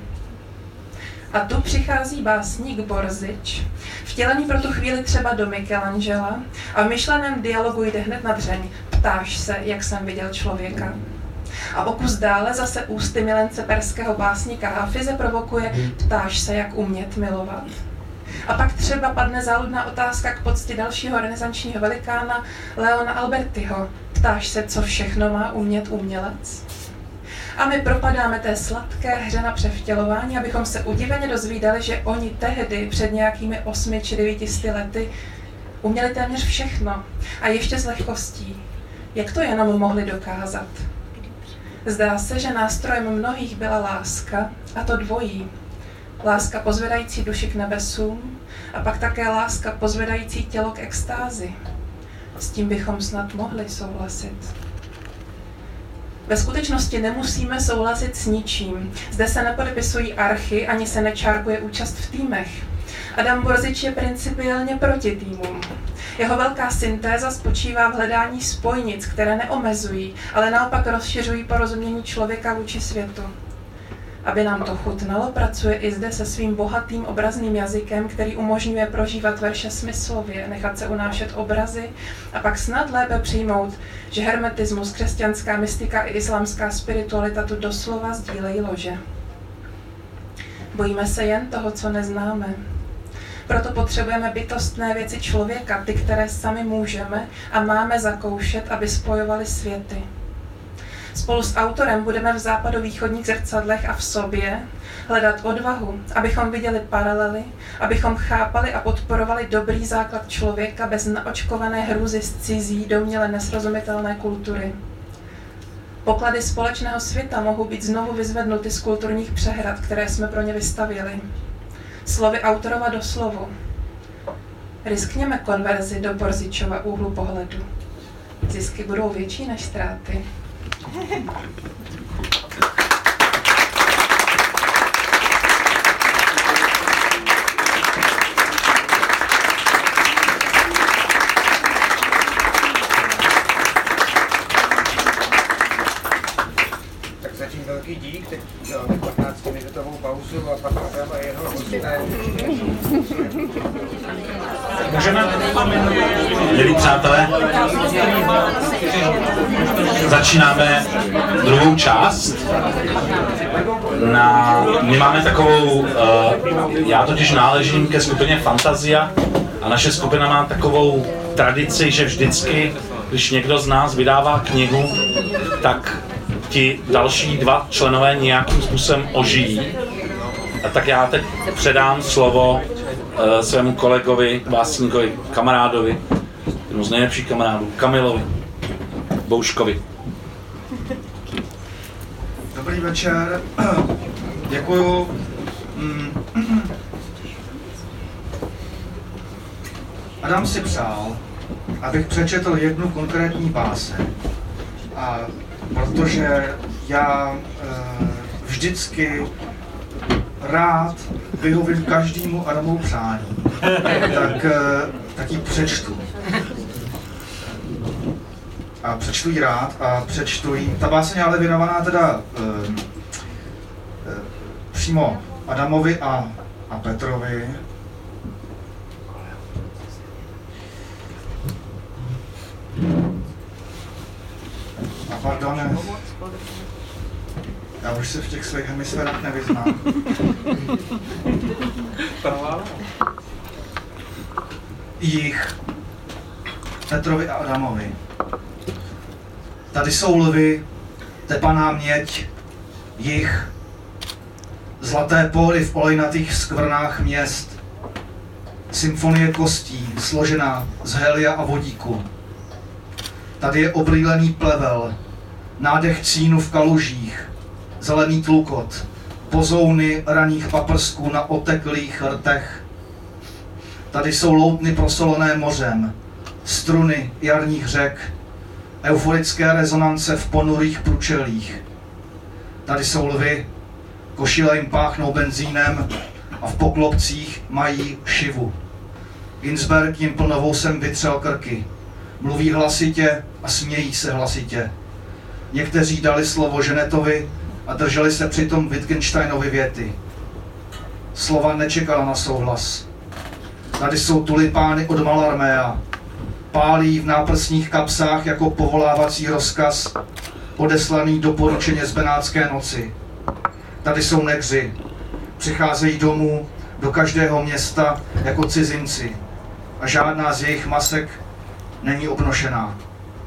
A tu přichází básník Borzič, vtělený pro tu chvíli třeba do Michelangela, a v myšleném dialogu jde hned na dřeň. Ptáš se, jak jsem viděl člověka. A o kus dále zase ústy milence perského básníka Hafize provokuje. Ptáš se, jak umět milovat. A pak třeba padne záludná otázka k pocti dalšího renesančního velikána Leona Albertiho. Ptáš se, co všechno má umět umělec? A my propadáme té sladké hře na převtělování, abychom se udiveně dozvídali, že oni tehdy před nějakými 8 či 900 lety uměli téměř všechno a ještě s lehkostí. Jak to jenom mohli dokázat? Zdá se, že nástrojem mnohých byla láska, a to dvojí. Láska pozvedající duši k nebesům a pak také láska pozvedající tělo k extázi. S tím bychom snad mohli souhlasit. Ve skutečnosti nemusíme souhlasit s ničím. Zde se nepodepisují archy, ani se nečárkuje účast v týmech. Adam Borzič je principiálně proti týmům. Jeho velká syntéza spočívá v hledání spojnic, které neomezují, ale naopak rozšiřují porozumění člověka vůči světu. Aby nám to chutnalo, pracuje i zde se svým bohatým obrazným jazykem, který umožňuje prožívat verše smyslově, nechat se unášet obrazy a pak snad lépe přijmout, že hermetismus, křesťanská mystika i islámská spiritualita tu doslova sdílejí lože. Bojíme se jen toho, co neznáme. Proto potřebujeme bytostné věci člověka, ty, které sami můžeme a máme zakoušet, aby spojovaly světy. Spolu s autorem budeme v západovýchodních zrcadlech a v sobě hledat odvahu, abychom viděli paralely, abychom chápali a podporovali dobrý základ člověka bez naočkované hrůzy z cizí, domněle nesrozumitelné kultury. Poklady společného světa mohou být znovu vyzvednuty z kulturních přehrad, které jsme pro ně vystavěli. Slovy autorova doslovu. Riskněme konverzi do Borzičova úhlu pohledu. Zisky budou větší než ztráty. Velký dík, teď děláme 15-minutovou pauzu a pak dáme jeho hosté. Můžeme? Milí přátelé, začínáme druhou část. My máme takovou, já totiž náležím ke skupině Fantazia a naše skupina má takovou tradici, že vždycky, když někdo z nás vydává knihu, tak ti další dva členové nějakým způsobem ožijí. A tak já teď předám slovo svému kolegovi, básníkovi, kamarádovi, jednou z nejlepších kamarádů, Kamilovi Bouškovi. Dobrý večer, děkuju. Adam si přál, abych přečetl jednu konkrétní báseň. A protože já vždycky rád vyhovím každému Adamovu přání, tak ji přečtu. A přečtu ji rád a přečtu ji. Ta báseň je ale věnovaná teda přímo Adamovi a Petrovi. A pardon, já už se v těch svých hemisférách nevyznám. Jich, Petrovi a Adamovi. Tady jsou lvy, tepaná měď, jich, zlaté póry v olejnatých skvrnách měst, symfonie kostí, složená z helia a vodíku. Tady je obrýlený plevel, nádech cínu v kalužích, zelený tlukot, pozouny raných paprsků na oteklých rtech. Tady jsou loutny prosolené mořem, struny jarních řek, euforické rezonance v ponurých průčelích. Tady jsou lvy, košile jim páchnou benzínem a v poklopcích mají šivu. Ginsberg jim plnovousem vytřel krky. Mluví hlasitě a smějí se hlasitě. Někteří dali slovo Ženetovi a drželi se přitom Wittgensteinovy věty. Slova nečekala na souhlas. Tady jsou tulipány od Mallarméa. Pálí v náprsních kapsách jako povolávací rozkaz, odeslaný doporučeně z Benátské noci. Tady jsou negři. Přicházejí domů do každého města jako cizinci a žádná z jejich masek není obnošená.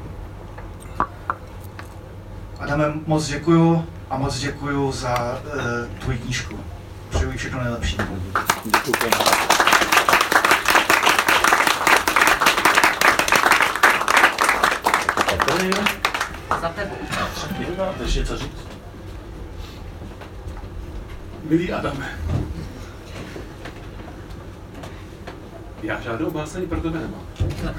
Adame, moc děkuju a moc děkuju za tvoji knížku. Přeju jí všechno nejlepší. Děkuji. Za tebou. Ještě co říct? Milý Adame, já žádnou báseň pro tebe nemám.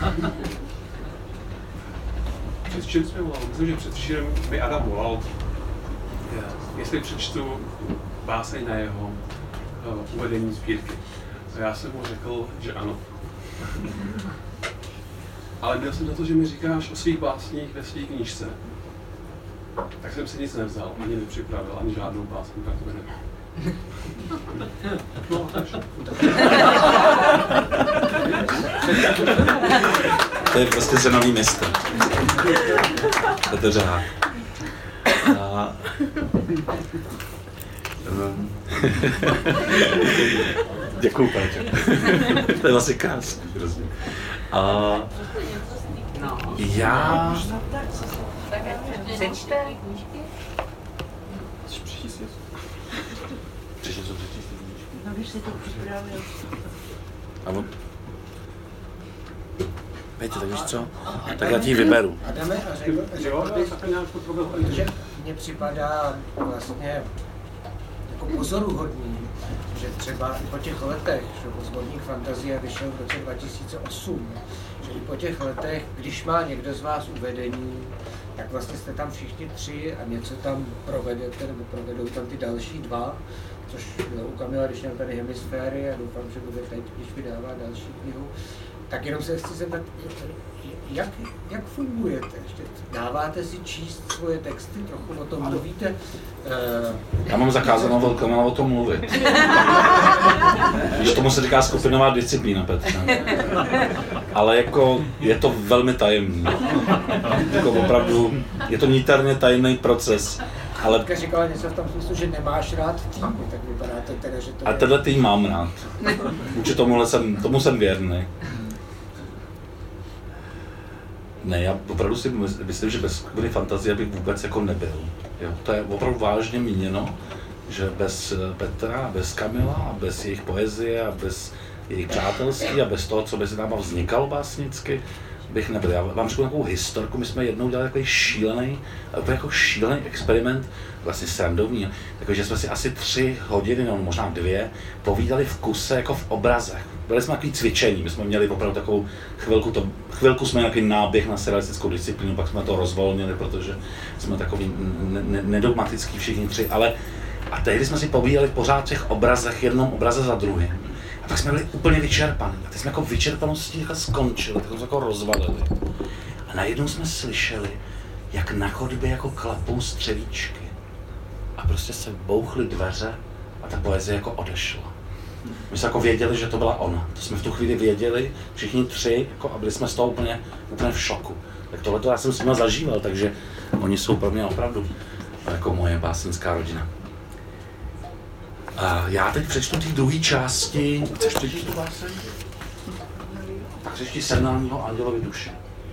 Předevčírem jsme volal, myslím, že předevčírem mi Adam volal, jestli přečtu báseň na jeho uvedení sbírky. A já jsem mu řekl, že ano. Ale měl jsem za to, že mi říkáš o svých básních ve své knížce. Tak jsem si nic nevzal, ani nepřipravil, ani žádnou básní pro tebe nemám. No, takže. To je prostě cenový mistr. Petr Řehák. Děkuju, Péťo. To je vlastně krásný. Já... Přečte. Přišli jsou přečíst ty knížky? No, když si to připravil. Péťo, tak víš co? Tak já ti ji vyberu. Adame, a řekl bych, že mně připadá vlastně jako pozoruhodný, že třeba i po těch letech, že Zborník fantazie vyšel v roce 2008, že i po těch letech, když má někdo z vás uvedení, tak vlastně jste tam všichni tři a něco tam provedete, nebo provedou tam ty další dva, což bylo u Kamila, když měl tady Hemisféry a doufám, že bude teď, když vydává další knihu. Tak jenom se chci zeptat, jak fungujete? Dáváte si číst svoje texty, trochu o tom mluvíte? Já mám zakázanou od Kamila o tom mluvit. Že tomu se říká skupinová disciplína, Petře. Ale jako je to velmi tajemný. Jako opravdu, je to niterně tajemný proces. Ale Katka říkala něco v tom smyslu, že nemáš rád týmy, tak vypadá to teda, že to a tenhle tým mám rád. Vůči tomu jsem věrný. Ne, já opravdu si myslím, že bez skupiny fantazie bych vůbec jako nebyl. Jo, to je opravdu vážně míněno, že bez Petra, bez Kamila, a bez jejich poezie a bez jejich přátelství a bez toho, co mezi náma vznikalo básnicky, bych nebyl. Já vám řeknu takovou historku, my jsme jednou dělali takový šílený experiment, vlastně srandovní, takže jsme si asi 3 hodiny, no možná 2, povídali v kuse jako v obrazech. Byli jsme takový cvičení, my jsme měli opravdu takovou chvilku jsme nějaký náběh na surrealistickou disciplínu, pak jsme to rozvolnili, protože jsme takový nedogmatický všichni 3, a tehdy jsme si povídali pořád v těch obrazech, jednom obraze za druhým. A tak jsme byli úplně vyčerpaní. A teď jsme jako vyčerpaností skončili, tak jsme jako rozvalili. A najednou jsme slyšeli, jak na chodbě jako klapou střevíčky. A prostě se bouchly dveře a ta poezie jako odešla. My jsme jako věděli, že to byla ona. To jsme v tu chvíli věděli, všichni 3, jako, a byli jsme z toho úplně v šoku. Tak tohleto já jsem s nimi zažíval, takže oni jsou pro mě opravdu jako moje básnická rodina. A já teď přečtu té druhé části. Chceš přečíst tu báseň? Tak přečti Senálního andělovi duše.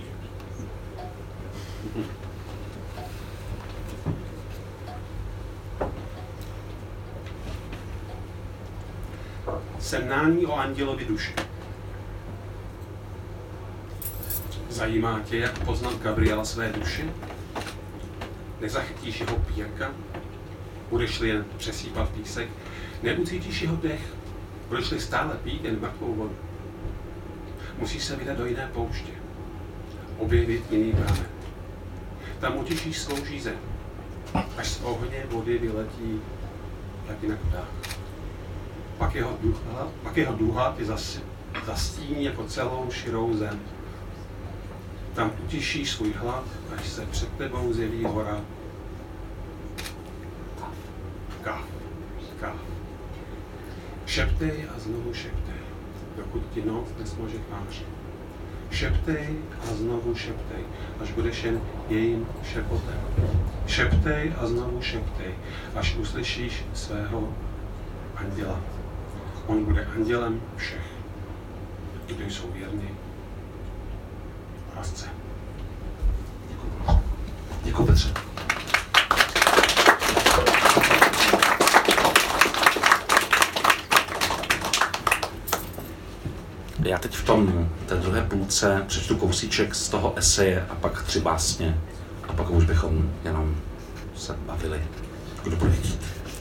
Semnání o andělovi duše. Zajímá tě, jak poznat Gabriela své duše? Nezachytíš jeho pírka? Budeš-li jen přesýpat písek? Neucítíš jeho dech? Budeš-li stále pít jen mrtvou vodu? Musíš se vydat do jiné pouště. Objevit jiný pramen. Tam utěšíš svou žízeň. Až z ohně vody vyletí jak jinak pták. Pak jeho duha ty zastíní jako celou širou zem. Tam utěšíš svůj hlad, až se před tebou zjeví hora. Kav. Šeptej a znovu šeptej, dokud ti noc nesmaže tvář. Šeptej a znovu šeptej, až budeš jen jejím šepotem. Šeptej a znovu šeptej, až uslyšíš svého anděla. On bude andělem všech, kdo jsou věrní lásce. Děkuji, Petře. Já teď v té druhé půlce přečtu kousíček z toho eseje a pak 3 básně a pak už bychom jenom se bavili, kdo bude chtít.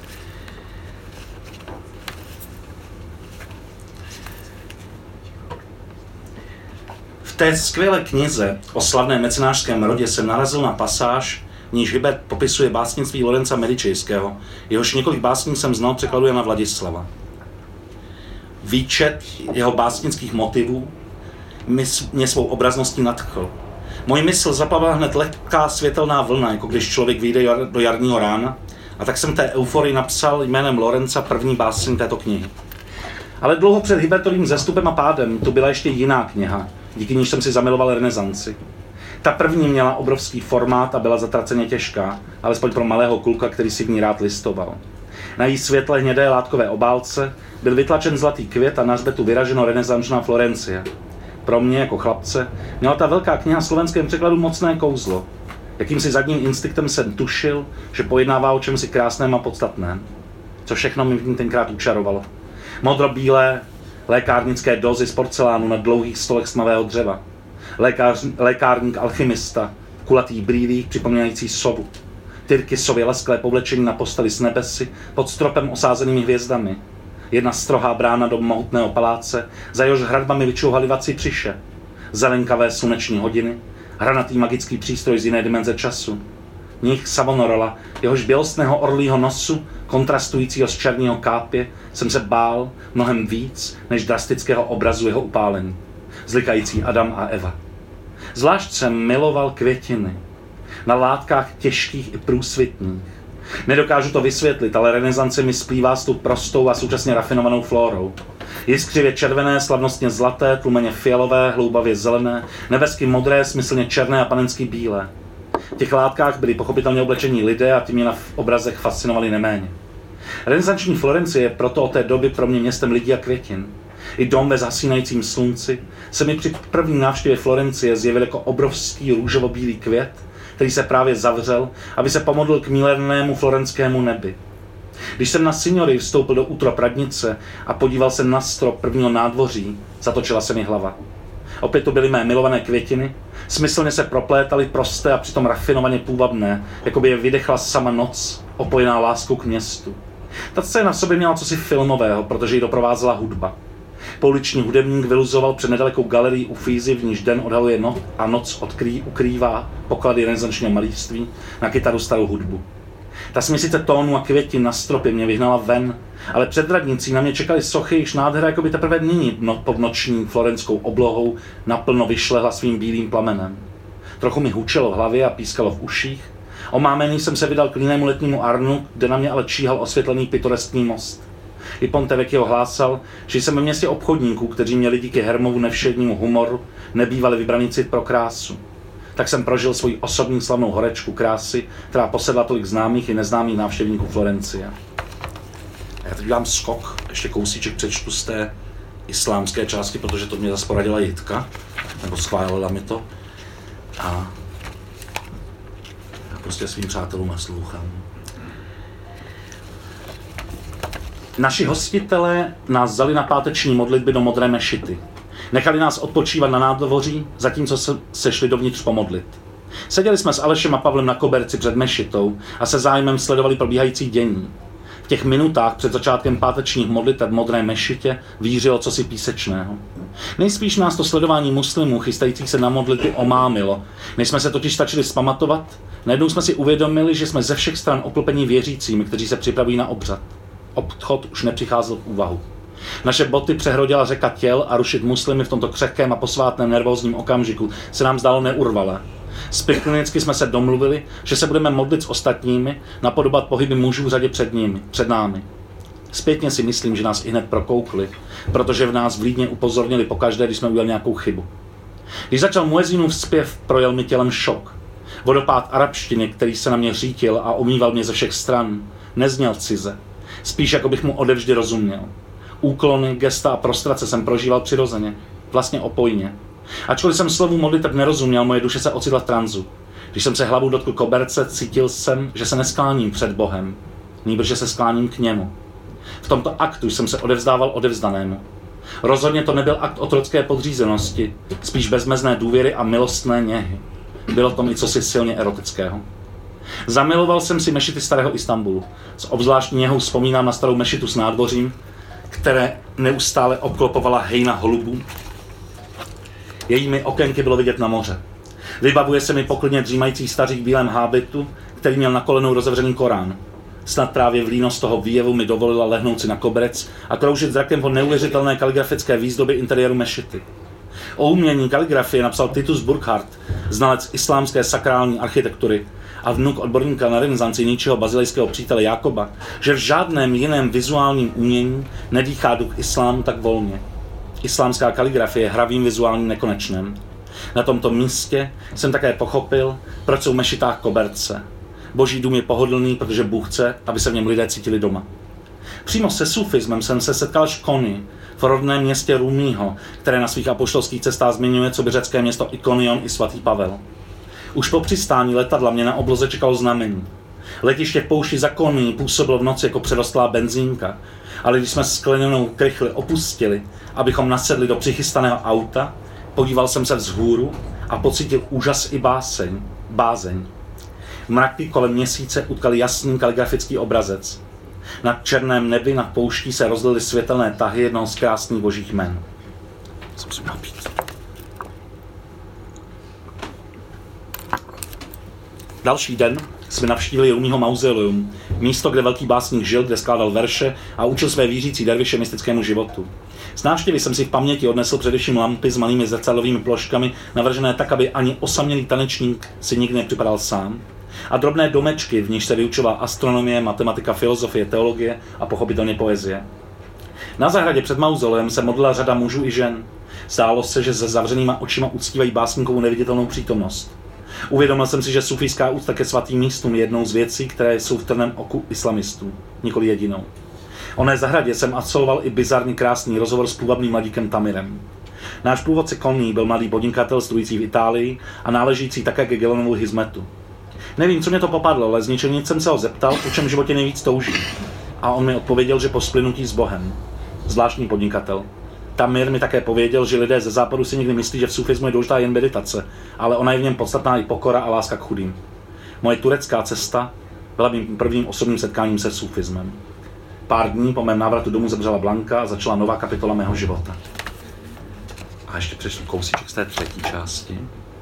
V té skvělé knize o slavném mecenášském rodě jsem narazil na pasáž, v níž Hybert popisuje básnictví Lorenza Medičejského, jehož několik básní jsem znal překladu Jana Vladislava. Výčet jeho básnických motivů mě svou obrazností nadchl. Moji mysl zaplavila hned lehká světelná vlna, jako když člověk vyjde do jarního rána, a tak jsem té euforii napsal jménem Lorenza první báseň této knihy. Ale dlouho před Hybertovým zestupem a pádem tu byla ještě jiná kniha, díky níž jsem si zamiloval renesanci. Ta první měla obrovský formát a byla zatraceně těžká, alespoň pro malého kluka, který si v ní rád listoval. Na jí světle hnědé látkové obálce byl vytlačen zlatý květ a na hřbetu vyraženo renesanční Florencie. Pro mě, jako chlapce, měla ta velká kniha v slovenském překladu mocné kouzlo. Jakýmsi zadním instinktem jsem tušil, že pojednává o čemsi krásném a podstatném. Co všechno mi v ní tenkrát učarovalo. Modrobílé lékárnické dozy z porcelánu na dlouhých stolech z tmavého dřeva. Lékárník alchymista, kulatý brýlích připomínající sovu. Tyrkisově lesklé povlečení na posteli s nebesy pod stropem osázenými hvězdami. Jedna strohá brána do mohutného paláce, za jehož hradbami vyčouhali vaci přiše. Zelenkavé sluneční hodiny, hranatý magický přístroj z jiné dimenze času. Nich Savonorola, jehož bělostného orlího nosu, kontrastujícího s černého kápě, jsem se bál mnohem víc, než drastického obrazu jeho upálení. Zlikající Adam a Eva. Zvlášť jsem miloval květiny. Na látkách těžkých i průsvitných. Nedokážu to vysvětlit, ale renesance mi splývá s tou prostou a současně rafinovanou flórou. Jiskřivě červené, slavnostně zlaté, tlumeně fialové, hloubavě zelené, nebesky modré, smyslně černé a panensky bílé. V těch látkách byli pochopitelně oblečení lidé a ty mě na obrazech fascinovali neméně. Renesanční Florencie je proto od té doby pro mě městem lidí a květin. I dom ve zhasínajícím slunci se mi při první návštěvě Florencie zjevil jako obrovský růžovo-bílý květ, který se právě zavřel, aby se pomodlil k milernému florenskému nebi. Když jsem na Signorii vstoupil do útrop radnice a podíval se na strop prvního nádvoří, zatočila se mi hlava. Opět to byly mé milované květiny, smyslně se proplétaly prosté a přitom rafinovaně půvabné, jako by je vydechla sama noc, opojená láskou k městu. Ta scéna v sobě měla cosi filmového, protože ji doprovázela hudba. Pouliční hudebník vyluzoval před nedalekou galerií u Fízy, v níž den odhaluje noc a noc ukrývá poklady renesančního malířství, na kytaru starou hudbu. Ta směsice tónů a květin na stropě mě vyhnala ven, ale před radnicí na mě čekaly sochy, již nádhera jako by teprve nyní pod noční florenskou oblohou naplno vyšlehla svým bílým plamenem. Trochu mi hučelo v hlavě a pískalo v uších. Omámený jsem se vydal k jinému letnímu Arnu, kde na mě ale číhal osvětlený pitoreskní most. I Ponte Vecchio hlásal, že jsem ve městě obchodníků, kteří měli díky Hermovu nevšednímu humoru nebývali vybraný cit pro krásu. Tak jsem prožil svoji osobní slavnou horečku krásy, která posedla tolik známých i neznámých návštěvníků Florencie. A já teď dám skok, ještě kousíček přečtu z té islámské části, protože to mě zase poradila Jitka, nebo schválila mi to. A já prostě svým přátelům naslouchám. Naši hostitelé nás vzali na páteční modlitby do modré mešity. Nechali nás odpočívat na nádvoří, zatímco se šli dovnitř pomodlit. Seděli jsme s Alešem a Pavlem na koberci před mešitou a se zájmem sledovali probíhající dění. V těch minutách před začátkem pátečních modlitev v modré mešitě vířilo cosi písečného. Nejspíš nás to sledování muslimů chystajících se na modlitby omámilo. Než jsme se totiž stačili vzpamatovat, najednou jsme si uvědomili, že jsme ze všech stran obklopeni věřícími, kteří se připravují na obřad. Odchod už nepřicházel v úvahu. Naše boty přehrodila řeka těl a rušit muslimy v tomto křehkém a posvátném nervózním okamžiku se nám zdálo neurvalé. Spiklinicky jsme se domluvili, že se budeme modlit s ostatními, napodobovat pohyby mužů v řadě před námi. Zpětně si myslím, že nás ihned prokoukli, protože v nás vlídně upozornili pokaždé, když jsme udělali nějakou chybu. Když začal muezínův zpěv, projel mi tělem šok. Vodopád arabštiny, který se na mě řítil a omýval mě ze všech stran, nezněl cize. Spíš jako bych mu odevždy rozuměl. Úklony, gesta a prostrace jsem prožíval přirozeně, vlastně opojně. Ačkoliv jsem slovu modliteb nerozuměl, moje duše se ocitla v tranzu. Když jsem se hlavou dotkl koberce, cítil jsem, že se neskláním před Bohem, nýbrž že se skláním k němu. V tomto aktu jsem se odevzdával odevzdanému. Rozhodně to nebyl akt otrocké podřízenosti, spíš bezmezné důvěry a milostné něhy. Bylo v tom i cosi silně erotického. Zamiloval jsem si mešity starého Istanbulu. S obzvláštní něhou vzpomínám na starou mešitu s nádvořím, které neustále obklopovala hejna holubů. Jejími okénky bylo vidět na moře. Vybavuje se mi poklidně dřímající stařík v bílém hábitu, který měl na kolenou rozevřený Korán. Snad právě v línost toho výjevu mi dovolila lehnout si na koberec a kroužit zrakem po neuvěřitelné kaligrafické výzdobě interiéru mešity. O umění kaligrafie napsal Titus Burckhardt, znalec islámské sakrální architektury a vnuk odborníka na renesanci Nietzscheho bazilejského přítele Jákoba, že v žádném jiném vizuálním umění nedýchá duch islámu tak volně. Islámská kaligrafie je hravým vizuálním nekonečném. Na tomto místě jsem také pochopil, proč jsou v mešitách koberce. Boží dům je pohodlný, protože Bůh chce, aby se v něm lidé cítili doma. Přímo se sufismem jsem se setkal až v Koni, v rodném městě Rumího, které na svých apoštolských cestách zmiňuje coby řecké město Ikonion i svatý Pavel. Už po přistání letadla mě na obloze čekalo znamení. Letiště v poušti za Koní působilo v noci jako přerostlá benzínka, ale když jsme skleněnou krychli opustili, abychom nasedli do přichystaného auta, podíval jsem se vzhůru a pocítil úžas i bázeň. Mraky kolem měsíce utkali jasný kaligrafický obrazec. Na černém nebi nad pouští se rozlily světelné tahy jednoho z krásných božích jmen. Co musím napít? Další den jsme navštívili Rumího mauzoleum, místo, kde velký básník žil, kde skládal verše a učil své věřící derviše mystickému životu. Z návštěvy jsem si v paměti odnesl především lampy s malými zrcadlovými ploškami, navržené tak, aby ani osamělý tanečník si nikdy nepřipadal sám, a drobné domečky, v níž se vyučovala astronomie, matematika, filozofie, teologie a pochopitelně poezie. Na zahradě před mauzoleem se modlila řada mužů i žen. Zdálo se, že se zavřenýma očima uctívají básníkovou neviditelnou přítomnost. Uvědomil jsem si, že sufijská úcta ke svatým místům je jednou z věcí, které jsou v trném oku islamistů, nikoli jedinou. O oné zahradě jsem absolvoval i bizarně krásný rozhovor s půvabným mladíkem Tamirem. Náš průvodce Koní byl mladý podnikatel studující v Itálii a náležící také ke Gelanovu hizmetu. Nevím, co mě to popadlo, ale z ničeho nic jsem se ho zeptal, po čem v životě nejvíc touží. A on mi odpověděl, že po splynutí s Bohem. Zvláštní podnikatel. Tamir mi také pověděl, že lidé ze západu si někdy myslí, že v sufismu je důležitá jen meditace, ale ona je v něm podstatná i pokora a láska k chudým. Moje turecká cesta byla mým prvním osobním setkáním se sufismem. Pár dní po mém návratu domů zemřela Blanka a začala nová kapitola mého života. A ještě přečtu kousíček z té třetí části.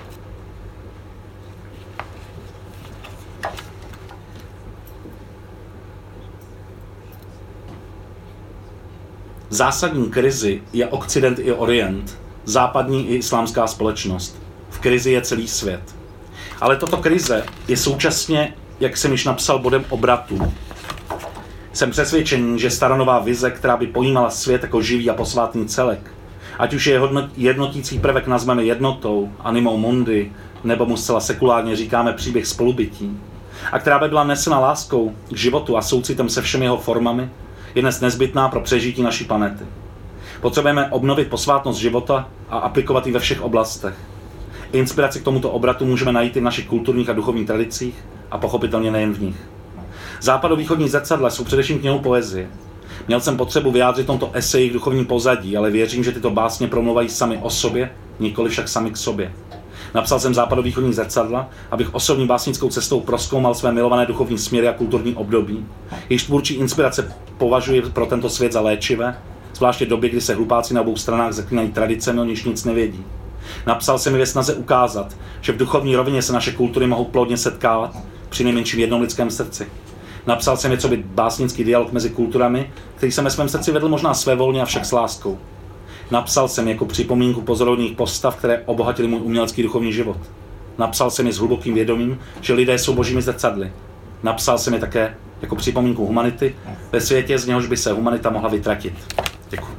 Zásadní krizi je Okcident i Orient, západní i islámská společnost. V krizi je celý svět. Ale toto krize je současně, jak jsem již napsal, bodem obratu. Jsem přesvědčený, že staronová vize, která by pojímala svět jako živý a posvátný celek, ať už je jednotící prvek nazveme jednotou, animou mundi, nebo mu zcela sekulárně říkáme příběh spolubytí, a která by byla nesena láskou k životu a soucitem se všemi jeho formami, je dnes nezbytná pro přežití naší planety. Potřebujeme obnovit posvátnost života a aplikovat ji ve všech oblastech. Inspiraci k tomuto obratu můžeme najít i v našich kulturních a duchovních tradicích a pochopitelně nejen v nich. Západovýchodní zrcadla jsou především knihou poezie. Měl jsem potřebu vyjádřit tomto eseji k duchovním pozadí, ale věřím, že tyto básně promluvají sami o sobě, nikoli však sami k sobě. Napsal jsem Západovýchodní zrcadla, abych osobní básnickou cestou prozkoumal své milované duchovní směry a kulturní období. Jejíž tvůrčí inspirace považuji pro tento svět za léčivé, zvláště v době, kdy se hlupáci na obou stranách zaklínají tradicemi, o nichž nic nevědí. Napsal jsem je ve snaze ukázat, že v duchovní rovině se naše kultury mohou plodně setkávat, přinejmenším v jednom lidském srdci. Napsal jsem je coby básnický dialog mezi kulturami, který jsem ve svém srdci vedl možná svévolně, avšak s láskou. Napsal jsem jako připomínku pozorovných postav, které obohatily můj umělecký duchovní život. Napsal jsem je s hlubokým vědomím, že lidé jsou božími zrcadly. Napsal jsem je také jako připomínku humanity ve světě, z něhož by se humanita mohla vytratit. Děkuji.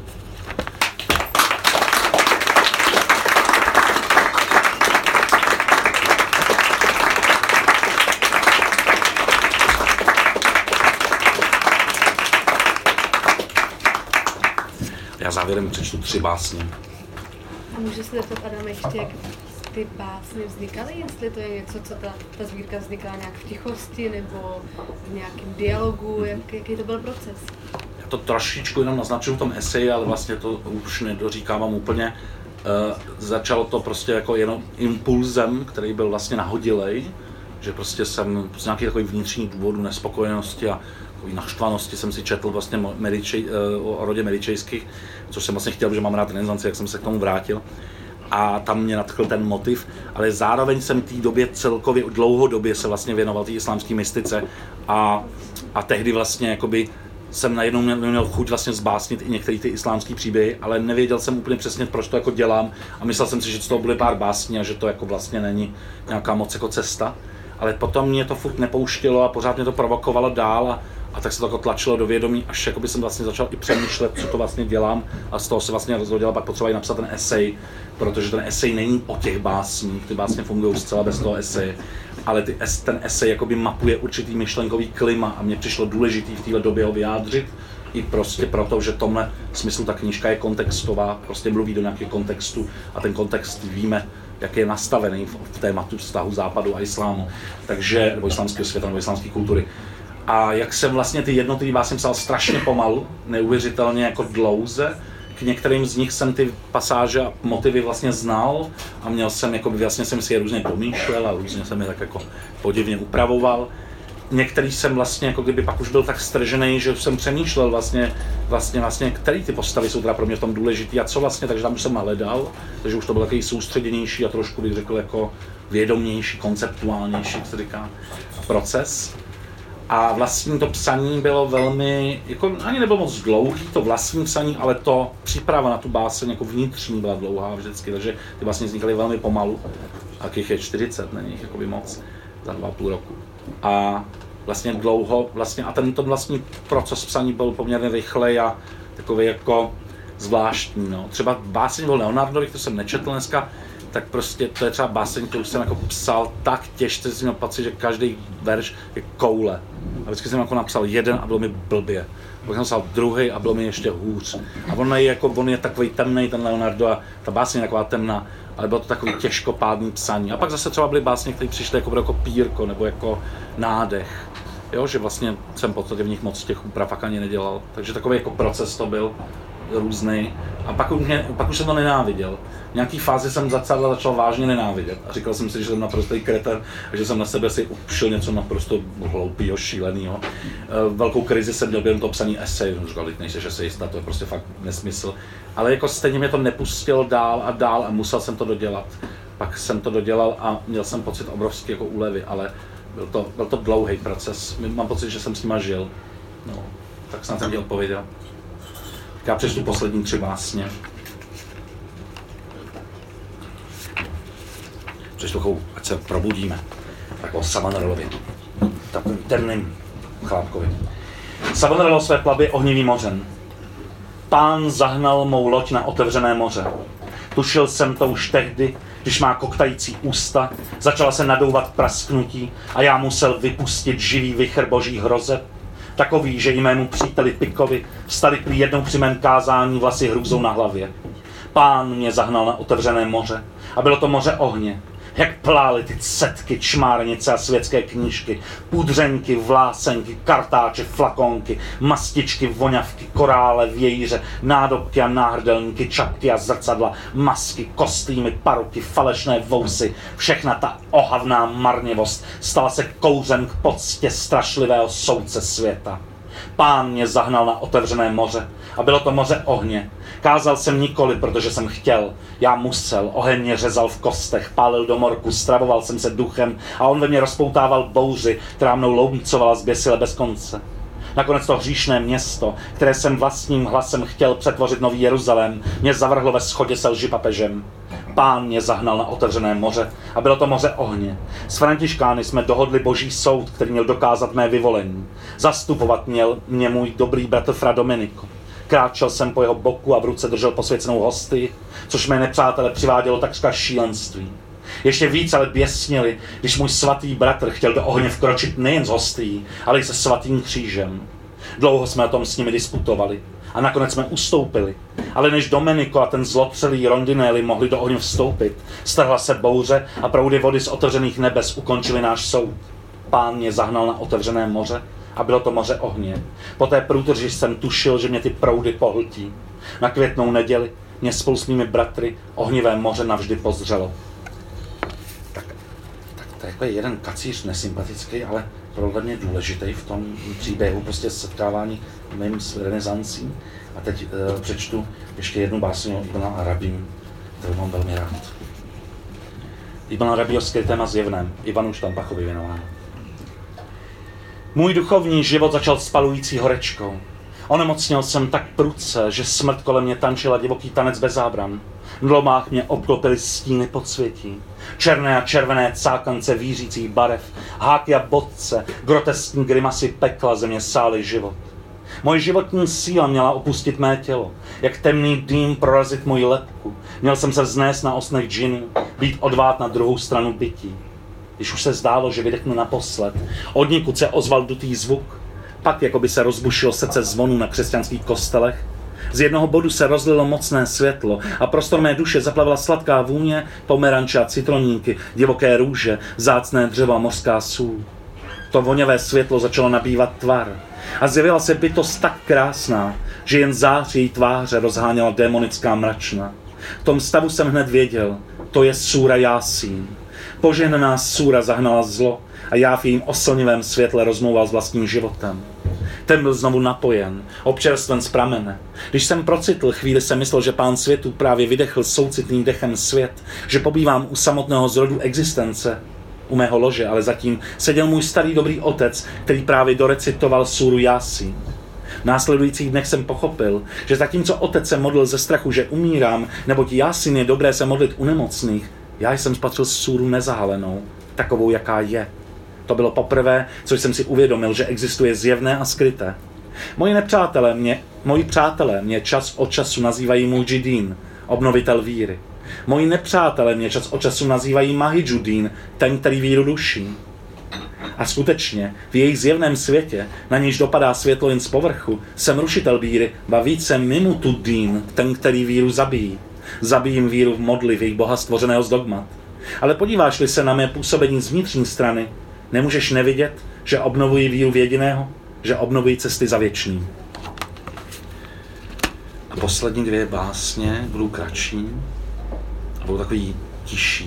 Já závěrem přečtu 3 básně. A můžu se zeptat, Adam, ještě jak ty básně vznikaly? Jestli to je něco, co ta sbírka vznikala nějak v tichosti nebo v nějakém dialogu? Jaký to byl proces? Já to trošičku jenom naznačuju v tom eseji, ale vlastně to už nedoříkávám úplně. Začalo to prostě jako jenom impulzem, který byl vlastně nahodilej, že prostě jsem z nějakých takových vnitřních důvodů nespokojenosti a naštvanosti jsem si četl vlastně o rodě Medičejských, což jsem vlastně chtěl, že mám rád renesanci, jak jsem se k tomu vrátil. A tam mě nadchl ten motiv, ale zároveň jsem té době celkově dlouhodobě se vlastně věnoval té islámské mystice a tehdy vlastně jakoby jsem najednou měl chuť vlastně zbásnit i některé ty islámské příběhy, ale nevěděl jsem úplně přesně, proč to jako dělám a myslel jsem si, že z toho bude pár básní a že to jako vlastně není nějaká moc jako cesta. Ale potom mě to furt nepouštělo a pořád mě to provokovalo dál a tak se to jako tlačilo do vědomí, až jakoby jsem vlastně začal i přemýšlet, co to vlastně dělám a z toho se vlastně rozhodil, pak potřeboval napsat ten esej, protože ten esej není o těch básních, ty básně fungují zcela bez toho eseje, ale ten esej jakoby mapuje určitý myšlenkový klima a mně přišlo důležitý v této době ho vyjádřit i prostě proto, že v tomhle smyslu ta knížka je kontextová, prostě mluví do nějakého kontextu a ten kontext víme, jak je nastavený v tématu vztahu západu a islámu, takže, nebo islámského světa, nebo islámské kultury. A jak jsem vlastně ty jednotlivé básně psal strašně pomalu, neuvěřitelně jako dlouze, k některým z nich jsem ty pasáže a motivy vlastně znal a měl jsem, jakoby, vlastně jsem si je různě pomýšlel a různě jsem je tak jako podivně upravoval. Některý jsem vlastně, jako kdyby pak už byl tak stržený, že jsem přemýšlel vlastně, který ty postavy jsou teda pro mě v tom důležitý a co vlastně, takže tam už jsem hledal, takže už to byl takový soustředěnější a trošku bych řekl jako vědomější, konceptuálnější, jak se říká, proces. A vlastní to psaní bylo velmi, jako ani nebylo moc dlouhý to vlastní psaní, ale to příprava na tu báseň jako vnitřní byla dlouhá vždycky, takže ty vlastně vznikaly velmi pomalu. A těch je 40, není jich jakoby moc za 2,5 roku. A vlastně dlouho, vlastně, a tento vlastní proces psaní byl poměrně rychlej a takový jako zvláštní. No. Třeba báseň byl Leonardovi, který jsem nečetl dneska, tak prostě to je třeba báseň, kterou jsem jako psal tak těžce, že jsem měl pocit, že každý verš je koule. A vždycky jsem jako napsal jeden a bylo mi blbě. Pak jsem napsal druhý a bylo mi ještě hůř. A on je takový temnej, ten Leonardo, a ta báseň je taková temná, ale bylo to takový těžkopádný psaní. A pak zase třeba byly básně, které přišly jako pírko nebo jako nádech. Jo, že vlastně jsem v podstatě v nich moc těch úprav ani nedělal. Takže takový jako proces to byl různý. A pak už jsem to nenáviděl. V nějaký fázi jsem začal vážně nenávidět. A říkal jsem si, že jsem naprostý kreten a že jsem na sebe si upšil něco naprosto hloupýho, šílenýho. Velkou krizi jsem měl během toho psaní esej. Říkal, nejseš esejista, to je prostě fakt nesmysl. Ale jako stejně mě to nepustil dál a musel jsem to dodělat. Pak jsem to dodělal a měl jsem pocit obrovský jako úlevy, ale byl to dlouhý proces. Mám pocit, že jsem s nima žil. No, tak snad jsem ti odpověděl. Já přečtu poslední 3 básně. Přečtu takovou, ať se probudíme. Tak o Savonarovi, takovým temným chlápkovi. Savonarovo své plavbě ohnivým mořem. Pán zahnal mou loď na otevřené moře. Tušil jsem to už tehdy, když má koktající ústa, začala se nadouvat prasknutí a já musel vypustit živý vichr božích hrozeb. Takový, že jmému příteli Pikovi vstali prý jednou při mém kázání vlasy hrůzou na hlavě. Pán mě zahnal na otevřené moře a bylo to moře ohně. Jak plály ty cetky, čmárnice a světské knížky, pudřenky, vlásenky, kartáče, flakonky, mastičky, voňavky, korále, vějíře, nádobky a náhrdelníky, čapky a zrcadla, masky, kostýmy, paruky, falešné vousy, všechna ta ohavná marnivost stala se kouřem k poctě strašlivého soudce světa. Pán mě zahnal na otevřené moře a bylo to moře ohně. Kázal jsem nikoli, protože jsem chtěl. Já musel, oheň mě řezal v kostech, pálil do morku, stravoval jsem se duchem a on ve mně rozpoutával bouři, která mnou loumcovala zběsile bez konce. Nakonec to hříšné město, které jsem vlastním hlasem chtěl přetvořit nový Jeruzalém, mě zavrhlo ve shodě se lži papežem. Pán mě zahnal na otevřené moře a bylo to moře ohně. S Františkány jsme dohodli boží soud, který měl dokázat mé vyvolení. Zastupovat měl mě můj dobrý bratr Fra Domenico. Kráčel jsem po jeho boku a v ruce držel posvěcenou hostii, což mé nepřátele přivádělo takřka šílenství. Ještě víc ale běsnili, když můj svatý bratr chtěl do ohně vkročit nejen s hostií, ale i se svatým křížem. Dlouho jsme o tom s nimi disputovali a nakonec jsme ustoupili. Ale než Domenico a ten zlotřelý Rondinelli mohli do ohně vstoupit, strhla se bouře a proudy vody z otevřených nebes ukončili náš soud. Pán mě zahnal na otevřené moře a bylo to moře ohně. Po té průtrži jsem tušil, že mě ty proudy pohltí. Na Květnou neděli mě spolu s mými bratry ohnivé moře navždy pozřelo. Tak to je jeden kacíř nesympatický, ale pro mě důležitý v tom příběhu, prostě setkávání mým s renesancí. A teď přečtu ještě jednu básně o Ibn Arabím, kterou mám velmi rád. Ibn Arabi o skrytém a zjevném, Ivanu Štampachovi věnováno. Můj duchovní život začal spalující horečkou. Onemocněl jsem tak prudce, že smrt kolem mě tančila divoký tanec bez zábran. V dlomách mě obklopily stíny podsvětí. Černé a červené cákance vířících barev, háky a bodce, groteskní grimasy pekla ze mě sály život. Moje životní síla měla opustit mé tělo, jak temný dým prorazit moji lebku. Měl jsem se vznést na osnech džinů, být odvát na druhou stranu bytí. Když už se zdálo, že vydechnu naposled, odnikud se ozval dutý zvuk. Pak jako by se rozbušilo srdce zvonů na křesťanských kostelech. Z jednoho bodu se rozlilo mocné světlo a prostor mé duše zaplavila sladká vůně, pomeranče a citroníky, divoké růže, vzácné dřeva, mořská sůl. To voňavé světlo začalo nabývat tvar a zjevila se bytost tak krásná, že jen zář její tváře rozháněla démonická mračna. V tom stavu jsem hned věděl, to je Súra Jásín. Požehnaná Súra zahnala zlo a já v jejím oslnivém světle rozmlouval s vlastním životem. Ten byl znovu napojen, občerstven z pramene. Když jsem procitl, chvíli jsem myslel, že Pán světu právě vydechl soucitným dechem svět, že pobývám u samotného zrodu existence, u mého lože, ale zatím seděl můj starý dobrý otec, který právě dorecitoval Súru Jásín. V následujících dnech jsem pochopil, že zatímco otec se modlil ze strachu, že umírám, neboť Jásín je dobré se modlit u nemocných, já jsem spatřil Súru nezahalenou, takovou, jaká je. To bylo poprvé, co jsem si uvědomil, že existuje zjevné a skryté. Moji přátelé mě čas od času nazývají Mujidín, obnovitel víry. Moji nepřátelé mě čas od času nazývají Mahidžudín, ten, který víru duší. A skutečně, v jejich zjevném světě, na nějž dopadá světlo jen z povrchu, jsem rušitel víry, ba více Mimutudín, ten, který víru zabíjí. Zabijím víru v modli, v jejich boha stvořeného z dogmat. Ale podíváš-li se na mé působení z vnitřní strany, nemůžeš nevidět, že obnovuji víru v jediného, že obnovuji cesty za věčným. A poslední dvě básně budou kratší a budou takový tišší.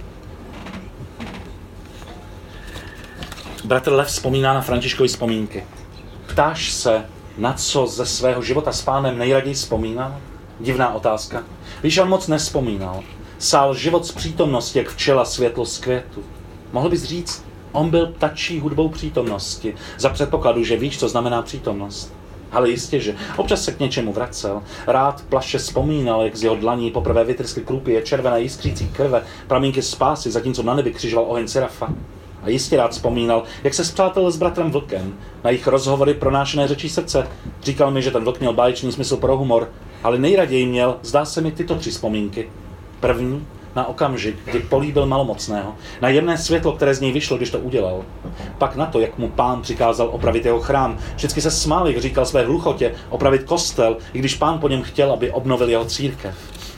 Bratr Lev vzpomíná na Františkovy vzpomínky. Ptáš se, na co ze svého života s Pánem nejraději vzpomínal? Divná otázka. Víš, on moc nevzpomínal. Sál život z přítomnosti, jak včela světlo z květu. Mohl bys říct, on byl ptačí hudbou přítomnosti, za předpokladu, že víš, co znamená přítomnost. Ale jistě, že občas se k něčemu vracel. Rád plaše vzpomínal, jak z jeho dlaní poprvé vytryskly krupy červené jiskřící krve, pramínky spásy, zatímco na nebi křižoval oheň Serafa. A jistě rád vzpomínal, jak se spřátelil s bratrem Vlkem, na jejich rozhovory pronášené řečí srdce. Říkal mi, že ten Vlk měl báječný smysl pro humor, ale nejraději měl, zdá se mi, tyto tři vzpomínky. První, na okamžik, kdy políbil malomocného, na jemné světlo, které z něj vyšlo, když to udělal. Pak na to, jak mu Pán přikázal opravit jeho chrám. Vždycky se smál, jak říkal své hluchotě, opravit kostel, i když Pán po něm chtěl, aby obnovil jeho církev.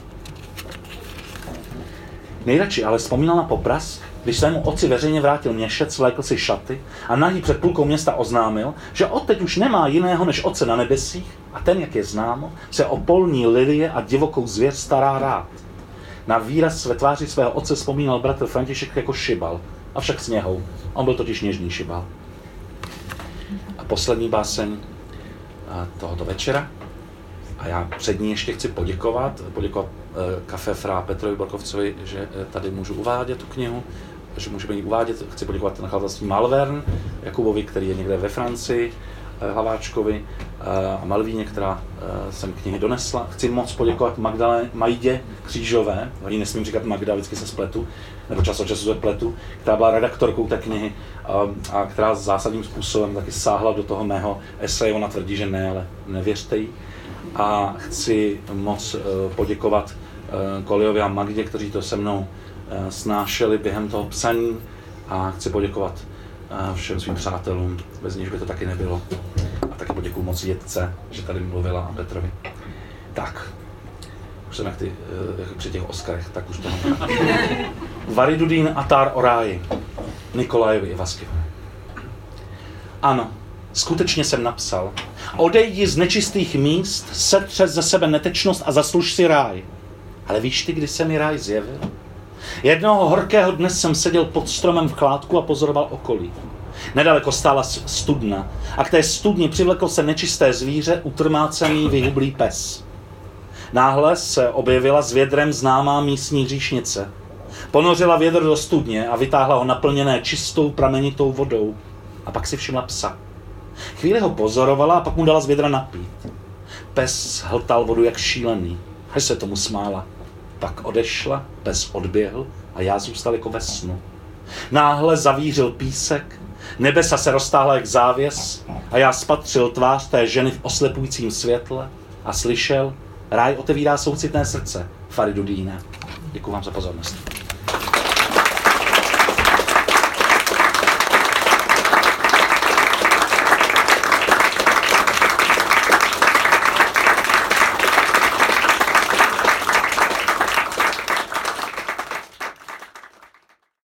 Nejradši ale vzpomínal na poprask, když svému otci veřejně vrátil měšec, vlékl si šaty a nahý před půlkou města oznámil, že odteď už nemá jiného než Otce na nebesích a ten, jak je známo, se o polní lilie a divokou zvěř stará rád. Na výraz ve tváři svého otce vzpomínal bratr František jako šibal, avšak s něhou. On byl totiž něžný šibal. A poslední báseň tohoto večera. A já před ní ještě chci poděkovat Café Fra Petrovi Borkovcovi, že tady můžu uvádět tu knihu, že můžeme ji uvádět. Chci poděkovat nakladatelství Malvern, Jakubovi, který je někde ve Francii, Hlaváčkovi a Malvíně, která sem knihy donesla. Chci moc poděkovat Majdě Křížové, ji nesmím říkat Magda, vždycky se spletu, nebo čas od času se pletu, která byla redaktorkou té knihy a která zásadním způsobem taky sáhla do toho mého eseje. Ona tvrdí, že ne, ale nevěřte jí. A chci moc poděkovat Koliovi a Magdě, kteří to se mnou snášeli během toho psaní, a chci poděkovat všem svým přátelům, bez nich by to taky nebylo. A taky poděkuju moc Jitce, že tady mluvila, a Petrovi. Tak, už jsem jak při těch Oscarech, tak už to mám. Varidudin Atar Oráji, Nikolajevi Ivaskyvovi. Ano, skutečně jsem napsal. Odejdi z nečistých míst, setřes ze sebe netečnost a zasluž si ráj. Ale víš ty, kdy se mi ráj zjevil? Jednoho horkého dne jsem seděl pod stromem v chládku a pozoroval okolí. Nedaleko stála studna a k té studni přivlekl se nečisté zvíře, utrmácený vyhublý pes. Náhle se objevila s vědrem známá místní hříšnice. Ponořila vědro do studně a vytáhla ho naplněné čistou pramenitou vodou. A pak si všimla psa. Chvíli ho pozorovala a pak mu dala z vědra napít. Pes hltal vodu jak šílený, až se tomu smála. Pak odešla, pes odběhl a já zůstal jako ve snu. Náhle zavířil písek, nebesa se roztáhla jak závěs a já spatřil tvář té ženy v oslepujícím světle a slyšel, ráj otevírá soucitné srdce Faridudína. Děkuji vám za pozornost.